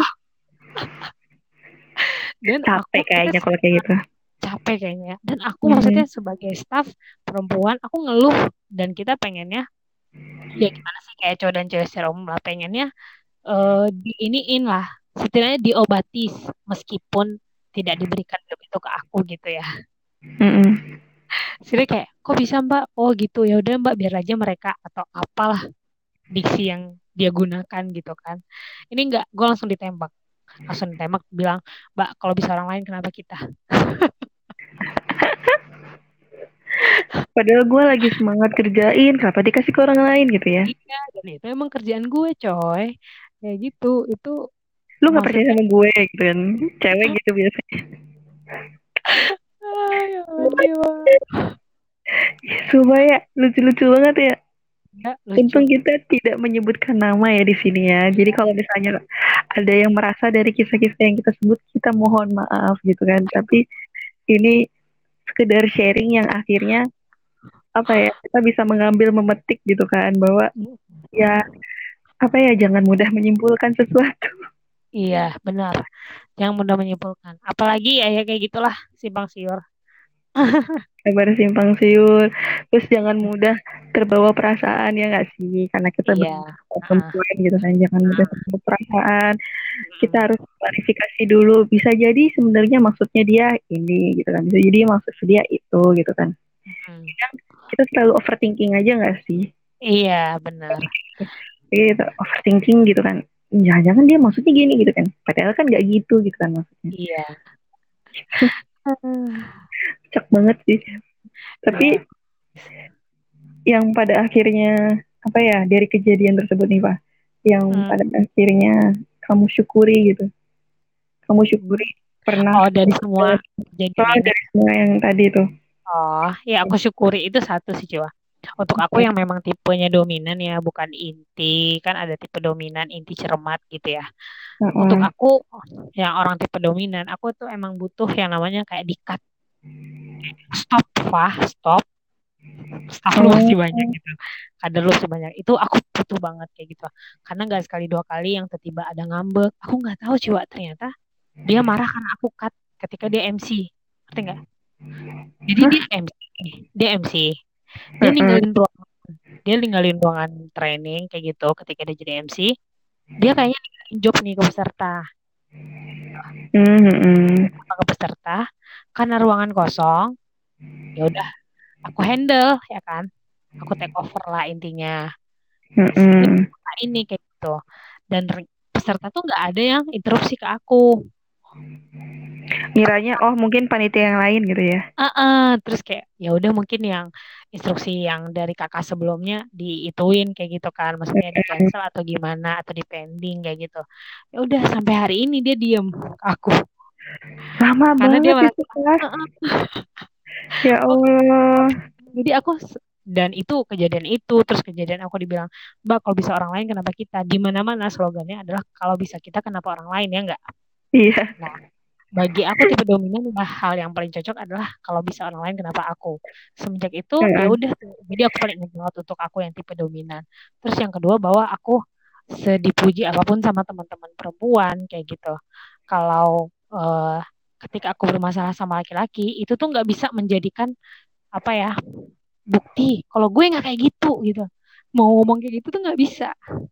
Dan aku Capek maksudnya kayaknya kalau kayak gitu. capek kayaknya. Dan aku Mhm, maksudnya sebagai staff perempuan, aku ngeluh dan kita pengennya, ya gimana sih kayak cowok dan cewek secara umum lah, pengennya diiniin lah, setidaknya diobati meskipun tidak diberikan job itu ke aku gitu ya. mhm. Jadi kayak kok bisa Mbak? Oh gitu ya udah Mbak biar aja mereka atau apalah diksi yang dia gunakan gitu kan. Ini enggak, gue langsung ditembak bilang Mbak kalau bisa orang lain kenapa kita? Padahal gue lagi semangat kerjain, kenapa dikasih ke orang lain gitu ya? Iya dan itu emang kerjaan gue coy. Kayak gitu itu Lu nggak percaya maksudnya sama gue gitu kan? Cewek gitu biasanya. ya Allah, Dewa. Coba ya, lucu-lucu banget ya. Ya, Untung lucu. kita tidak menyebutkan nama ya di sini ya. Jadi Iya, kalau misalnya ada yang merasa dari kisah-kisah yang kita sebut, kita mohon maaf gitu kan. Tapi ini sekedar sharing yang akhirnya apa ya, kita bisa mengambil memetik gitu kan bahwa ya apa ya, jangan mudah menyimpulkan sesuatu. iya, benar. Yang mudah menyimpulkan. Apalagi ya, ya kayak gitulah simpang siur. Kabar simpang siur. Terus jangan mudah terbawa perasaan ya nggak sih? Karena kita Iya. Heeh. perempuan gitu kan, jangan mudah terbawa perasaan. Kita Mm-mm. harus klarifikasi dulu. Bisa jadi sebenarnya maksudnya dia ini gitu kan. Bisa jadi maksud dia itu gitu kan. Mm-mm. Kadang kita selalu overthinking aja nggak sih? Iya, benar. Jadi kita overthinking gitu kan. Jangan-jangan dia maksudnya gini gitu kan. Padahal kan nggak gitu gitu kan maksudnya. Iya. Cek banget sih. Tapi Iya. yang pada akhirnya apa ya dari kejadian tersebut nih Pak, yang Hmm. pada akhirnya kamu syukuri gitu, kamu syukuri pernah Oh, dari semua kejadian soal ini. dari semua yang tadi itu. Oh, ya aku syukuri itu satu sih, Cua. Untuk aku yang memang tipenya dominan ya, bukan inti. Kan ada tipe dominan, inti cermat gitu ya. Untuk Heeh. aku, yang orang tipe dominan, aku tuh emang butuh yang namanya kayak di-cut. Stop, Fah, stop. Staff lu masih Oh banyak gitu. Kader lu masih banyak. Itu aku butuh banget kayak gitu. Karena gak sekali dua kali yang tiba-tiba ada ngambek. Aku nggak tahu, Cua, ternyata dia marah karena aku cut ketika dia MC. Ngerti nggak? Jadi dia MC. Dia MC. Dia heeh. ninggalin ruangan. Dia ninggalin ruangan training kayak gitu ketika dia jadi MC. Dia kayaknya ninggalin job nih ke peserta. Hmm, Ke peserta karena ruangan kosong. Ya udah aku handle ya kan. Aku take over lah intinya. Dia heeh. ini kayak gitu. Dan peserta tuh nggak ada yang interupsi ke aku. Ngiranya oh mungkin panitia yang lain gitu ya. Terus kayak ya udah mungkin yang instruksi yang dari kakak sebelumnya diituin kayak gitu kan, maksudnya di cancel atau gimana atau di pending kayak gitu. Ya udah sampai hari ini dia diem ke aku Lama karena dia banget merasa itu Pak. "Heeh, Ya Allah. jadi aku dan itu kejadian itu terus kejadian aku dibilang Mbak kalau bisa orang lain kenapa kita di mana-mana slogannya adalah kalau bisa kita kenapa orang lain ya enggak. Iya. Nah, bagi aku tipe dominan hal yang paling cocok adalah kalau bisa orang lain kenapa aku. Semenjak itu ya Heeh. udah tuh. Jadi aku paling ingat banget untuk aku yang tipe dominan. Terus yang kedua bahwa aku sedipuji apapun sama teman-teman perempuan kayak gitu. Kalau ketika aku bermasalah sama laki-laki itu tuh nggak bisa menjadikan apa ya bukti kalau gue nggak kayak gitu gitu. Mau ngomong kayak gitu tuh nggak bisa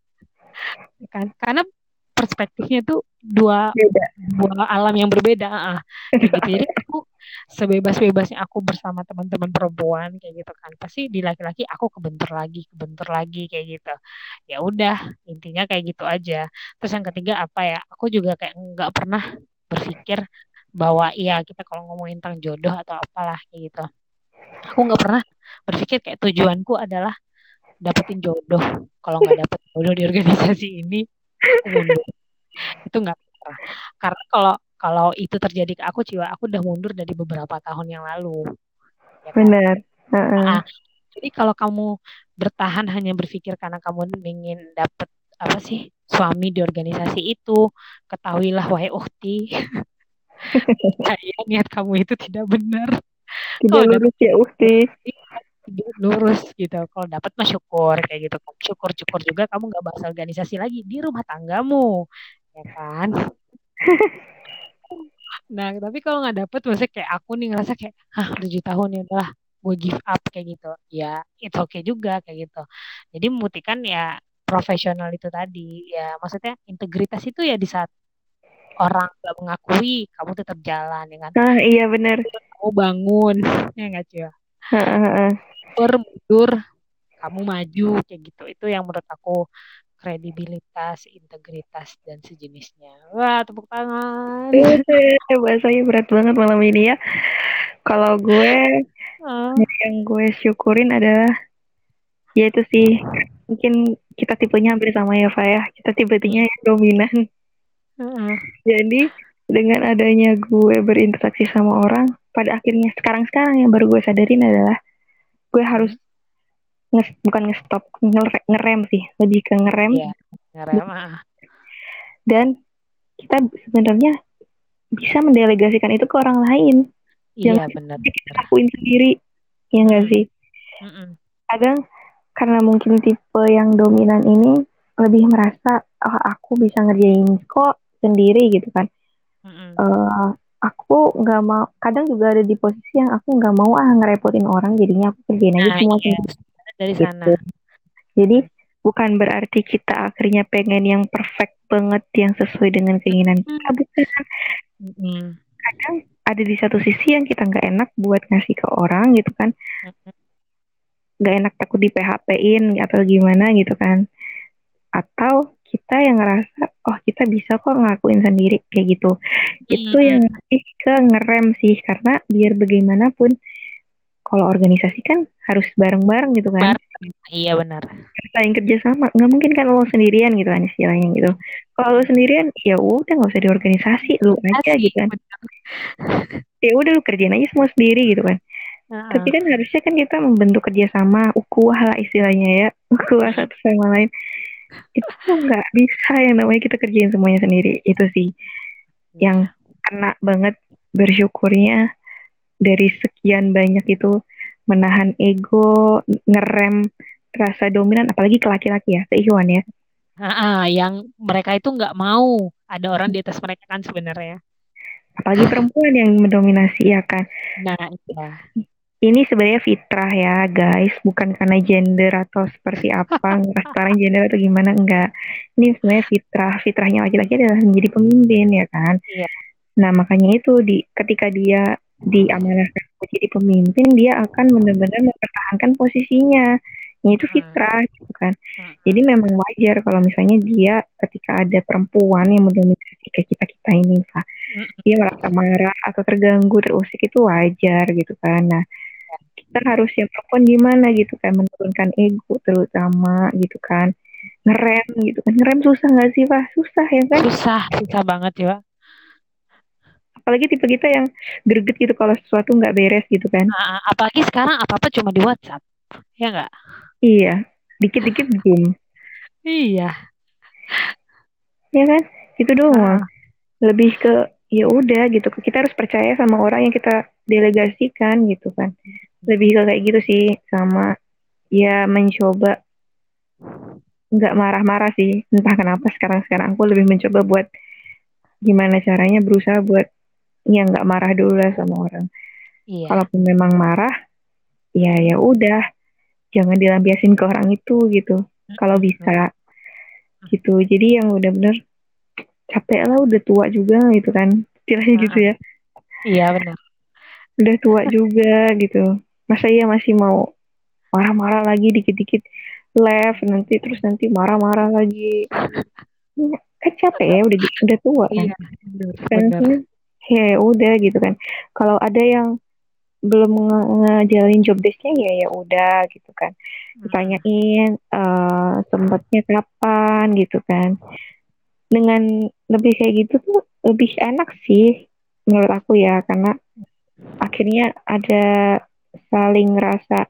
ya kan karena perspektifnya tuh dua Beda. dua alam yang berbeda kayak gitu jadi aku sebebas-bebasnya aku bersama teman-teman perempuan kayak gitu kan pasti di laki-laki aku kebentur lagi kayak gitu ya udah intinya kayak gitu aja terus yang ketiga apa ya aku juga kayak nggak pernah berpikir bahwa iya kita kalau ngomongin tentang jodoh atau apalah kayak gitu aku nggak pernah berpikir kayak tujuanku adalah dapetin jodoh kalau nggak dapet jodoh di organisasi ini aku mundur itu nggak pernah karena kalau kalau itu terjadi ke aku Ciwa aku udah mundur dari beberapa tahun yang lalu ya kan. Benar. Heeh. Ah, jadi kalau kamu bertahan hanya berpikir karena kamu ingin dapet apa sih suami di organisasi itu ketahuilah wahai ukhti saya niat kamu itu tidak benar Tidak kalau dapet lurus ya Ukti. tidak lurus gitu kalau dapet mah syukur kayak gitu syukur-syukur juga kamu nggak bahas organisasi lagi di rumah tanggamu ya kan. Nah, tapi kalau nggak dapet, maksudnya kayak aku nih ngerasa kayak, 7 tahun ya udah gue give up kayak gitu. Ya, it's okay juga kayak gitu. Jadi membuktikan ya profesional itu tadi. Ya, maksudnya integritas itu ya di saat orang nggak mengakui, kamu tetap jalan ya kan. Ah iya benar. Kamu bangun, ya nggak sih? Heeh, heeh. Mundur, kamu maju kayak gitu. Itu yang menurut aku kredibilitas, integritas dan sejenisnya. Wah, tepuk tangan. Bahasanya berat banget malam ini ya. Kalau gue, Ah, yang gue syukurin adalah, ya itu sih, mungkin kita tipenya hampir sama ya, Pak ya. Kita tipe-tipenya yang dominan. ah, Jadi, dengan adanya gue berinteraksi sama orang, pada akhirnya sekarang-sekarang yang baru gue sadarin adalah, gue harus Hmm. bukan ngestop, ngerem sih, lebih ke ngerem. Iya, ngerem. Dan kita sebenarnya bisa mendelegasikan itu ke orang lain, Iya, jangan kita benar-benar. lakuin sendiri, ya nggak Mm-mm. sih? Mm-mm. Kadang karena mungkin tipe yang dominan ini lebih merasa, oh, aku bisa ngerjain kok sendiri gitu kan. Mm-mm. eh aku nggak mau, kadang juga ada di posisi yang aku nggak mau ngerepotin orang, jadinya aku kerjain aja Nah, semua iya, sendiri dari sana. gitu. Jadi Mm-mm. bukan berarti kita akhirnya pengen yang perfect banget yang sesuai dengan keinginan kita, Mm. bukan. Mm-mm. Kadang ada di satu sisi yang kita nggak enak buat ngasih ke orang gitu kan, Mm-mm. nggak enak takut di PHP-in atau gimana gitu kan, atau kita yang ngerasa oh kita bisa kok ngelakuin sendiri kayak gitu. Itu yang Mm-mm. lebih ke ngerem sih, karena biar bagaimanapun kalau organisasi kan harus bareng-bareng gitu kan, Bareng. Iya, benar. saling kerja sama, nggak mungkin kan lo sendirian gitu kan istilahnya gitu. Kalau lo sendirian ya udah nggak usah di organisasi, lu aja Asik. gitu kan, ya udah lu kerjain aja semua sendiri gitu kan. Tapi Heeh. kan harusnya kan kita membentuk kerjasama, ukhuwah lah istilahnya ya, ukhuwah Mm-mm. satu sama lain. Itu nggak bisa yang namanya kita kerjain semuanya sendiri. Itu sih yang Iya. kena banget. Bersyukurnya dari sekian banyak itu menahan ego, ngerem rasa dominan, apalagi ke laki-laki ya, ke Ikhwan ya. Yang mereka itu nggak mau ada orang di atas mereka kan sebenarnya. Apalagi perempuan yang mendominasi ya kan. Nah, iya. Ini sebenarnya fitrah ya guys, bukan karena gender atau seperti apa, sekarang gender atau gimana, enggak. Ini sebenarnya fitrah, fitrahnya laki-laki adalah menjadi pemimpin ya kan. Iya. Nah makanya itu ketika dia diamanahkan menjadi pemimpin, dia akan benar-benar mempertahankan posisinya. Itu Mm-mm. fitrah gitu kan. Jadi Mm-mm. memang wajar kalau misalnya dia ketika ada perempuan yang mendominasi ke kita-kita ini, Pak, Mm-mm. dia merasa marah atau terganggu, terusik, itu wajar gitu kan. Nah, kita harus yang perempuan gimana gitu kan, menurunkan ego terutama gitu kan, ngerem gitu kan. Ngerem susah nggak sih Pak? Susah ya kan, Susah, susah banget ya. apalagi tipe kita yang greget gitu kalau sesuatu nggak beres gitu kan. Apalagi sekarang apa-apa cuma di WhatsApp, ya nggak? Iya, dikit-dikit zoom, Iya. ya kan, itu doang. Heeh. Lebih ke ya udah gitu, kita harus percaya sama orang yang kita delegasikan gitu kan. Lebih ke kayak gitu sih, sama ya mencoba nggak marah-marah sih, entah kenapa sekarang-sekarang aku lebih mencoba buat gimana caranya berusaha buat ya nggak marah dulu lah sama orang. Iya. Kalaupun memang marah, ya ya udah, jangan dilampiasin ke orang itu gitu. Kalau Mm-mm. bisa gitu. Jadi yang udah bener capek lah, udah tua juga gitu kan. Istilahnya gitu Heeh. ya. Iya benar. Udah tua juga gitu. Masa iya masih mau marah-marah lagi dikit-dikit left nanti, terus nanti marah-marah lagi. Kan capek ya, udah tua kan. Iya, benar, Sekarang benar. sini ya udah gitu kan. Kalau ada yang belum ngejalanin job desk-nya ya ya udah gitu kan, Mm. ditanyain sempatnya kapan gitu kan. Dengan lebih kayak gitu tuh lebih enak sih menurut aku ya, karena akhirnya ada saling rasa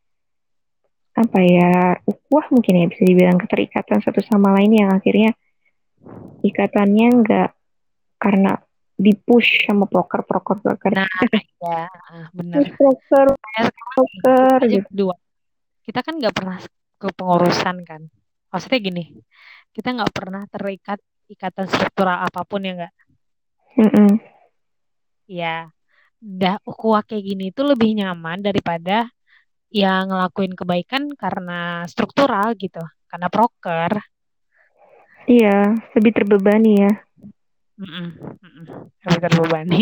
apa ya, ukhuwah mungkin ya, bisa dibilang keterikatan satu sama lain, yang akhirnya ikatannya nggak karena dipush sama proker Nah, ya, benar. push proker Kayak sekarang nih, kita proker aja gitu. berdua. Kita kan nggak pernah ke pengurusan kan. Maksudnya gini, kita nggak pernah terikat ikatan struktural apapun ya nggak. Mm-mm. Ya, dah ukhuwah kayak gini itu lebih nyaman daripada yang ngelakuin kebaikan karena struktural gitu, karena proker. Iya, lebih terbebani ya. Mm-mm, mm-mm. Lebih terbebani.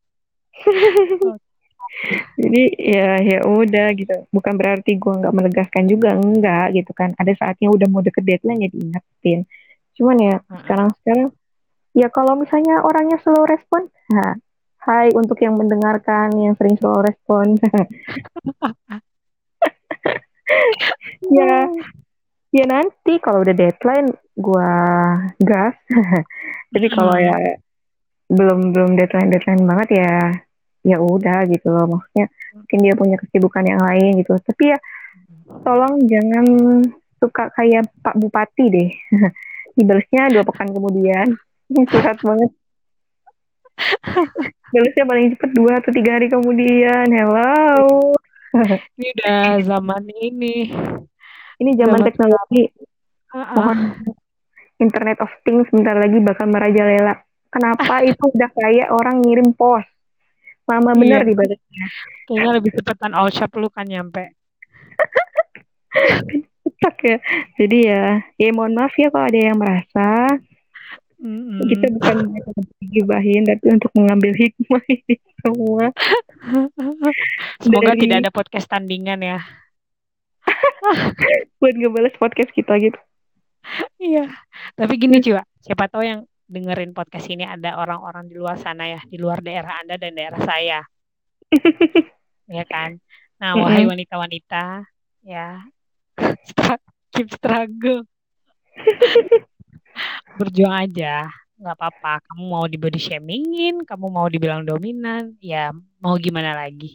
Jadi ya ya udah gitu. Bukan berarti gue nggak menegaskan juga, enggak gitu kan. Ada saatnya udah mau deket deadline ya diingetin. Cuman ya Mm-mm. sekarang-sekarang ya kalau misalnya orangnya slow respon, nah, hai untuk yang mendengarkan yang sering slow respon. Ya ya nanti kalau udah deadline gue gas. Tapi kalau ya Mm-mm. belum belum deadline deadline banget ya ya udah gitu loh, maksudnya mungkin dia punya kesibukan yang lain gitu, tapi ya tolong jangan suka kayak Pak Bupati deh. Dibalesnya 2 pekan kemudian. Ini curhat banget. Balesnya paling cepet 2 atau 3 hari kemudian. Hello. Ini udah zaman ini, Ini zaman zaman sekarang. teknologi. Mohon Internet of Things bentar lagi bakal merajalela. Kenapa itu udah kayak orang ngirim pos? Lama Iya, bener dibalesnya. kayaknya lebih cepetan all shop lu kan nyampe. Cetak ya. Jadi ya, ya mohon maaf ya kalau ada yang merasa kita Mm-mm. bukan gibahin, tapi untuk mengambil hikmah ini semua Semoga tidak dari ada podcast tandingan ya. buat ngebales podcast kita gitu. Iya. Tapi gini cuy, siapa tahu yang dengerin podcast ini ada orang-orang di luar sana ya, di luar daerah Anda dan daerah saya, ya kan? Nah, wahai Mm-mm. wanita-wanita, ya, keep struggle, berjuang aja, nggak apa-apa. Kamu mau di body shamingin, kamu mau dibilang dominan, ya mau gimana lagi?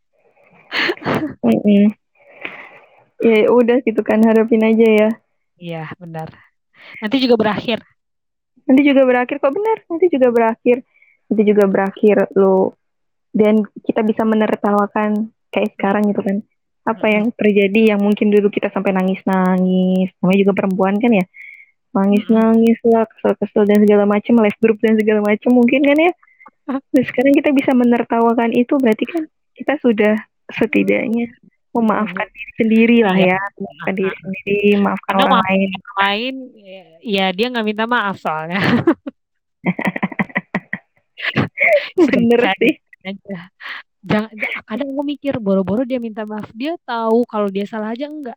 Mm-mm. Ya udah gitu kan, harapin aja ya. Iya, benar. Nanti juga berakhir. Nanti juga berakhir kok, benar. Nanti juga berakhir. Nanti juga berakhir lo, dan kita bisa menertawakan kayak Mm, sekarang gitu kan. Apa mm, yang terjadi yang mungkin dulu kita sampai nangis-nangis. Namanya juga perempuan kan ya. mm, Nangis-nangis lah, kesel-kesel dan segala macam, live group dan segala macam mungkin kan ya. Nah, sekarang kita bisa menertawakan itu, berarti kan kita sudah setidaknya memaafkan mm. diri sendiri lah Iya. ya. Nah, Memaafkan diri sendiri, maafkan kadang orang maafin lain. orang lain, ya dia nggak minta maaf soalnya. Bener Sedekah sih. aja. Jangan, kadang gue mikir boro-boro dia minta maaf, dia tahu kalau dia salah aja enggak.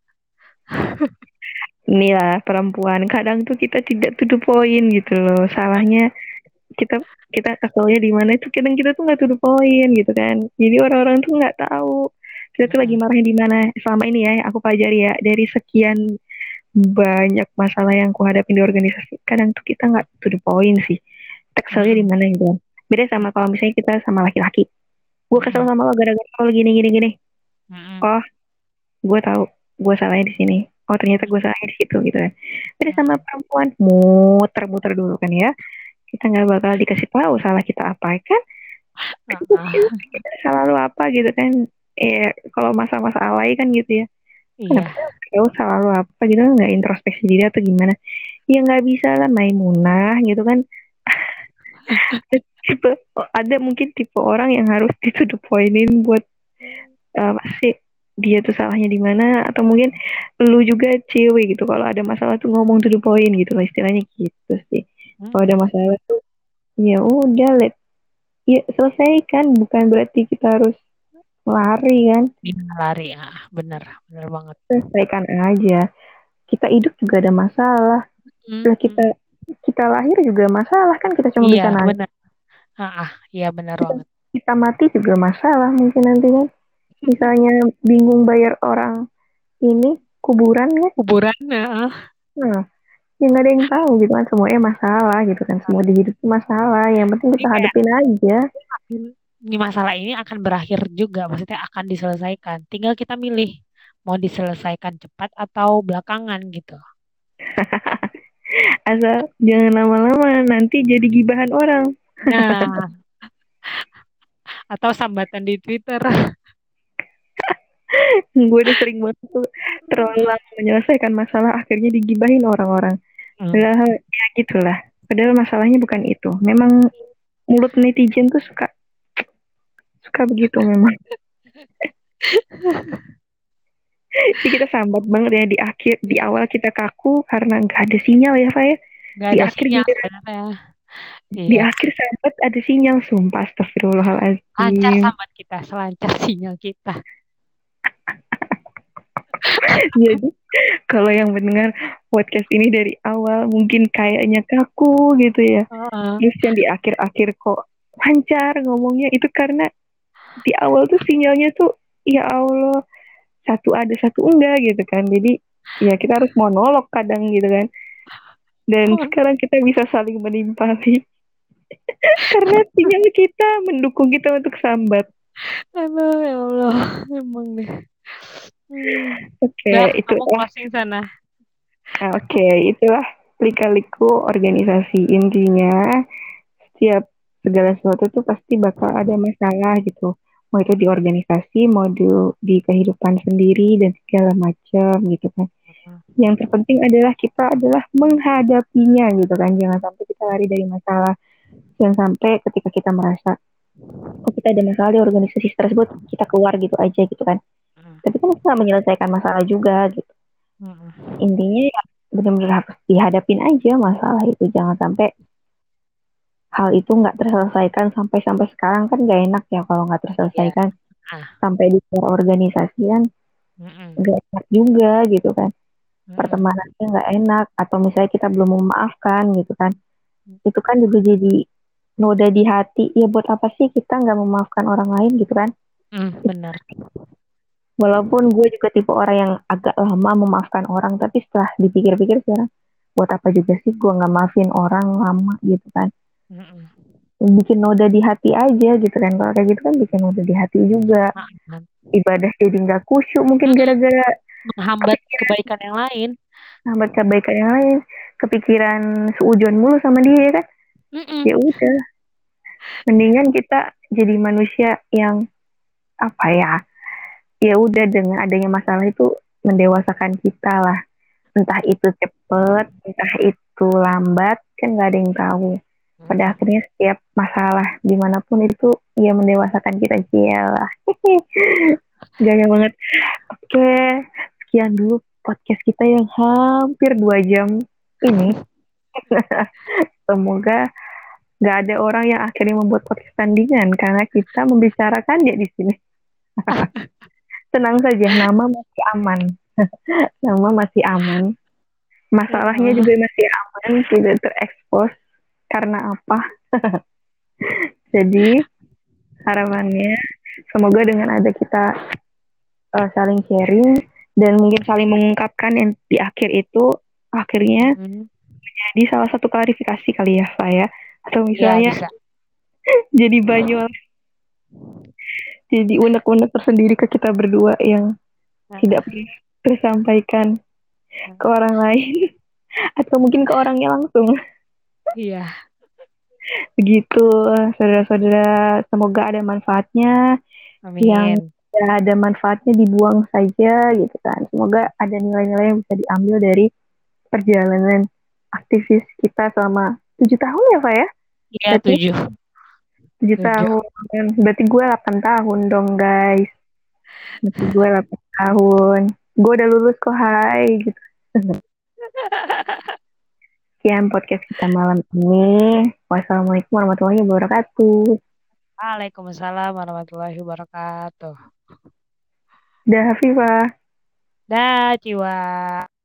Inilah perempuan. Kadang tuh kita tidak to the point gitu loh. Salahnya kita kita keselnya di mana itu, kadang kita tuh nggak to the point gitu kan. Jadi orang-orang tuh nggak tahu kita tuh lagi Mm-mm. marahnya di mana. Selama ini ya aku pelajari ya, dari sekian banyak masalah yang aku hadapin di organisasi, kadang tuh kita nggak to the point sih. Kita keselnya di Mm-mm. mana gitu. Beda sama kalau misalnya kita sama laki-laki. Gue kesel Mm-mm. sama lo gara-gara lo gini gini gini. Mm-mm. Oh, gue tahu gue salahnya di sini. Oh, ternyata gue salahnya di situ gitu kan. Beda sama Mm-mm. perempuan, muter-muter dulu kan ya. Kita nggak bakal dikasih tahu salah kita apa kan. Ah, Kita salah lu apa gitu kan. Kalau masa-masa alay kan gitu ya. Kenapa iya. tahu salah lu apa gitu kan, nggak introspeksi diri atau gimana. Ya nggak bisa lah Maimunah gitu kan. Tipe, ada mungkin tipe orang yang harus di to the pointin buat apa sih dia tuh salahnya di mana, atau mungkin lu juga cewek gitu kalau ada masalah tuh ngomong to the point gitu lah, istilahnya gitu sih. Kalau ada Mm-mm. masalah tuh ya udah ya selesaikan, bukan berarti kita harus lari kan. Dia lari, bener, bener banget. Selesaikan aja, kita hidup juga ada masalah lah, Mm-mm. kita lahir juga masalah kan, kita cuma Iya, bisa nanya. bener. Iya bener kita, banget. kita mati juga masalah mungkin nanti kan, misalnya bingung bayar orang ini kuburan ya. Kuburan, Nah, ya nggak ada yang tahu gitu kan, semuanya masalah gitu kan, semua di hidup itu masalah, yang penting ini kita kayak hadepin aja. ini masalah ini akan berakhir juga, maksudnya akan diselesaikan. Tinggal kita milih mau diselesaikan cepat atau belakangan gitu. Asal jangan lama-lama nanti jadi gibahan orang. Nah, atau sambatan di Twitter. Gue udah sering banget tuh terlalu lama menyelesaikan masalah, akhirnya digibahin orang-orang. Hmm. Padahal ya gitulah, padahal masalahnya bukan itu, memang mulut netizen tuh suka suka begitu memang. Jadi kita sambat banget ya, di akhir, di awal kita kaku karena nggak ada sinyal ya Pak ya. Nggak Di ada akhir sinyal juga, sebenarnya. di Iya, akhir sambat ada sinyal, sumpah lancar astagfirullahaladzim. sambat kita, selancar sinyal kita. Jadi kalau yang mendengar podcast ini dari awal mungkin kayaknya kaku gitu ya. Heeh. Terus yang di akhir-akhir kok lancar ngomongnya, itu karena di awal tuh sinyalnya tuh ya Allah, satu ada satu enggak gitu kan. Jadi ya kita harus monolog kadang gitu kan. Dan sekarang kita bisa saling menimpali. Karena sinyal kita mendukung kita untuk sambat. Aduh, ya Allah, emang deh. Oke, Dah, kamu itulah. closing sana. Oke, itulah lika-liku organisasi. Intinya, setiap segala sesuatu tuh pasti bakal ada masalah gitu. Mau itu di organisasi, mau di kehidupan sendiri dan segala macam gitu kan. Yang terpenting adalah kita adalah menghadapinya gitu kan. Jangan sampai kita lari dari masalah. Jangan sampai ketika kita merasa, oh kita ada masalah di organisasi tersebut, kita keluar gitu aja gitu kan. Tapi kan kita nggak menyelesaikan masalah juga gitu. Intinya ya benar-benar harus dihadapin aja masalah itu. Jangan sampai hal itu nggak terselesaikan sampai sekarang kan nggak enak ya kalau nggak Iya. terselesaikan Ah. sampai di luar organisasi kan Mm-mm. nggak enak juga gitu kan. Mm-mm. Pertemanannya nggak enak atau misalnya kita belum memaafkan gitu kan. Itu kan juga jadi noda di hati. Ya buat apa sih kita nggak memaafkan orang lain gitu kan. Benar. Walaupun gue juga tipe orang yang agak lama memaafkan orang, tapi setelah dipikir-pikir sekarang, buat apa juga sih gue nggak maafin orang lama gitu kan. Mm-mm. Bikin noda di hati aja gitu kan. Kalau kayak gitu kan bikin noda di hati juga. Ah, ah. Ibadah jadi nggak khusyuk mungkin Mm-mm. gara-gara Menghambat kepikiran kebaikan yang lain. sama kebaikan yang lain. Kepikiran seujon mulu sama dia ya kan. Ya Mm-mm. udah, mendingan kita jadi manusia yang apa ya, ya udah dengan adanya masalah itu mendewasakan kita lah. Entah itu cepet, entah itu lambat, kan nggak ada yang tahu. Pada Mm-mm. akhirnya setiap masalah dimanapun itu ya mendewasakan kita lah. Gaya banget. Oke, sekian dulu podcast kita yang hampir 2 jam ini. Semoga nggak ada orang yang akhirnya membuat podcast tandingan karena kita membicarakan dia di sini. Tenang saja, nama masih aman. Nama masih aman. Ya Masalahnya Allah. juga masih aman, tidak terekspos. Karena apa? Jadi harapannya semoga dengan ada kita saling sharing dan mungkin saling mengungkapkan yang di akhir itu akhirnya Mm-mm. jadi salah satu klarifikasi kali ya saya atau Ya misalnya bisa. jadi banyak jadi unek-unek tersendiri ke kita berdua yang tidak Ah, pernah tersampaikan ke ah. orang lain atau mungkin ke orangnya langsung. Iya. Begitu, saudara-saudara, semoga ada manfaatnya. Yang Amin. tidak ada manfaatnya dibuang saja gitu kan. Semoga ada nilai-nilai yang bisa diambil dari perjalanan aktivis kita selama 7 tahun ya Pak ya? Iya, Berarti 7. 7. 7 tahun. Berarti gue 8 tahun dong guys. Berarti gue 8 tahun. Gue udah lulus kok, hai gitu. Sekian podcast kita malam ini. Wassalamualaikum warahmatullahi wabarakatuh. Waalaikumsalam warahmatullahi wabarakatuh. Dah Hafifah. Dah, Ciwa.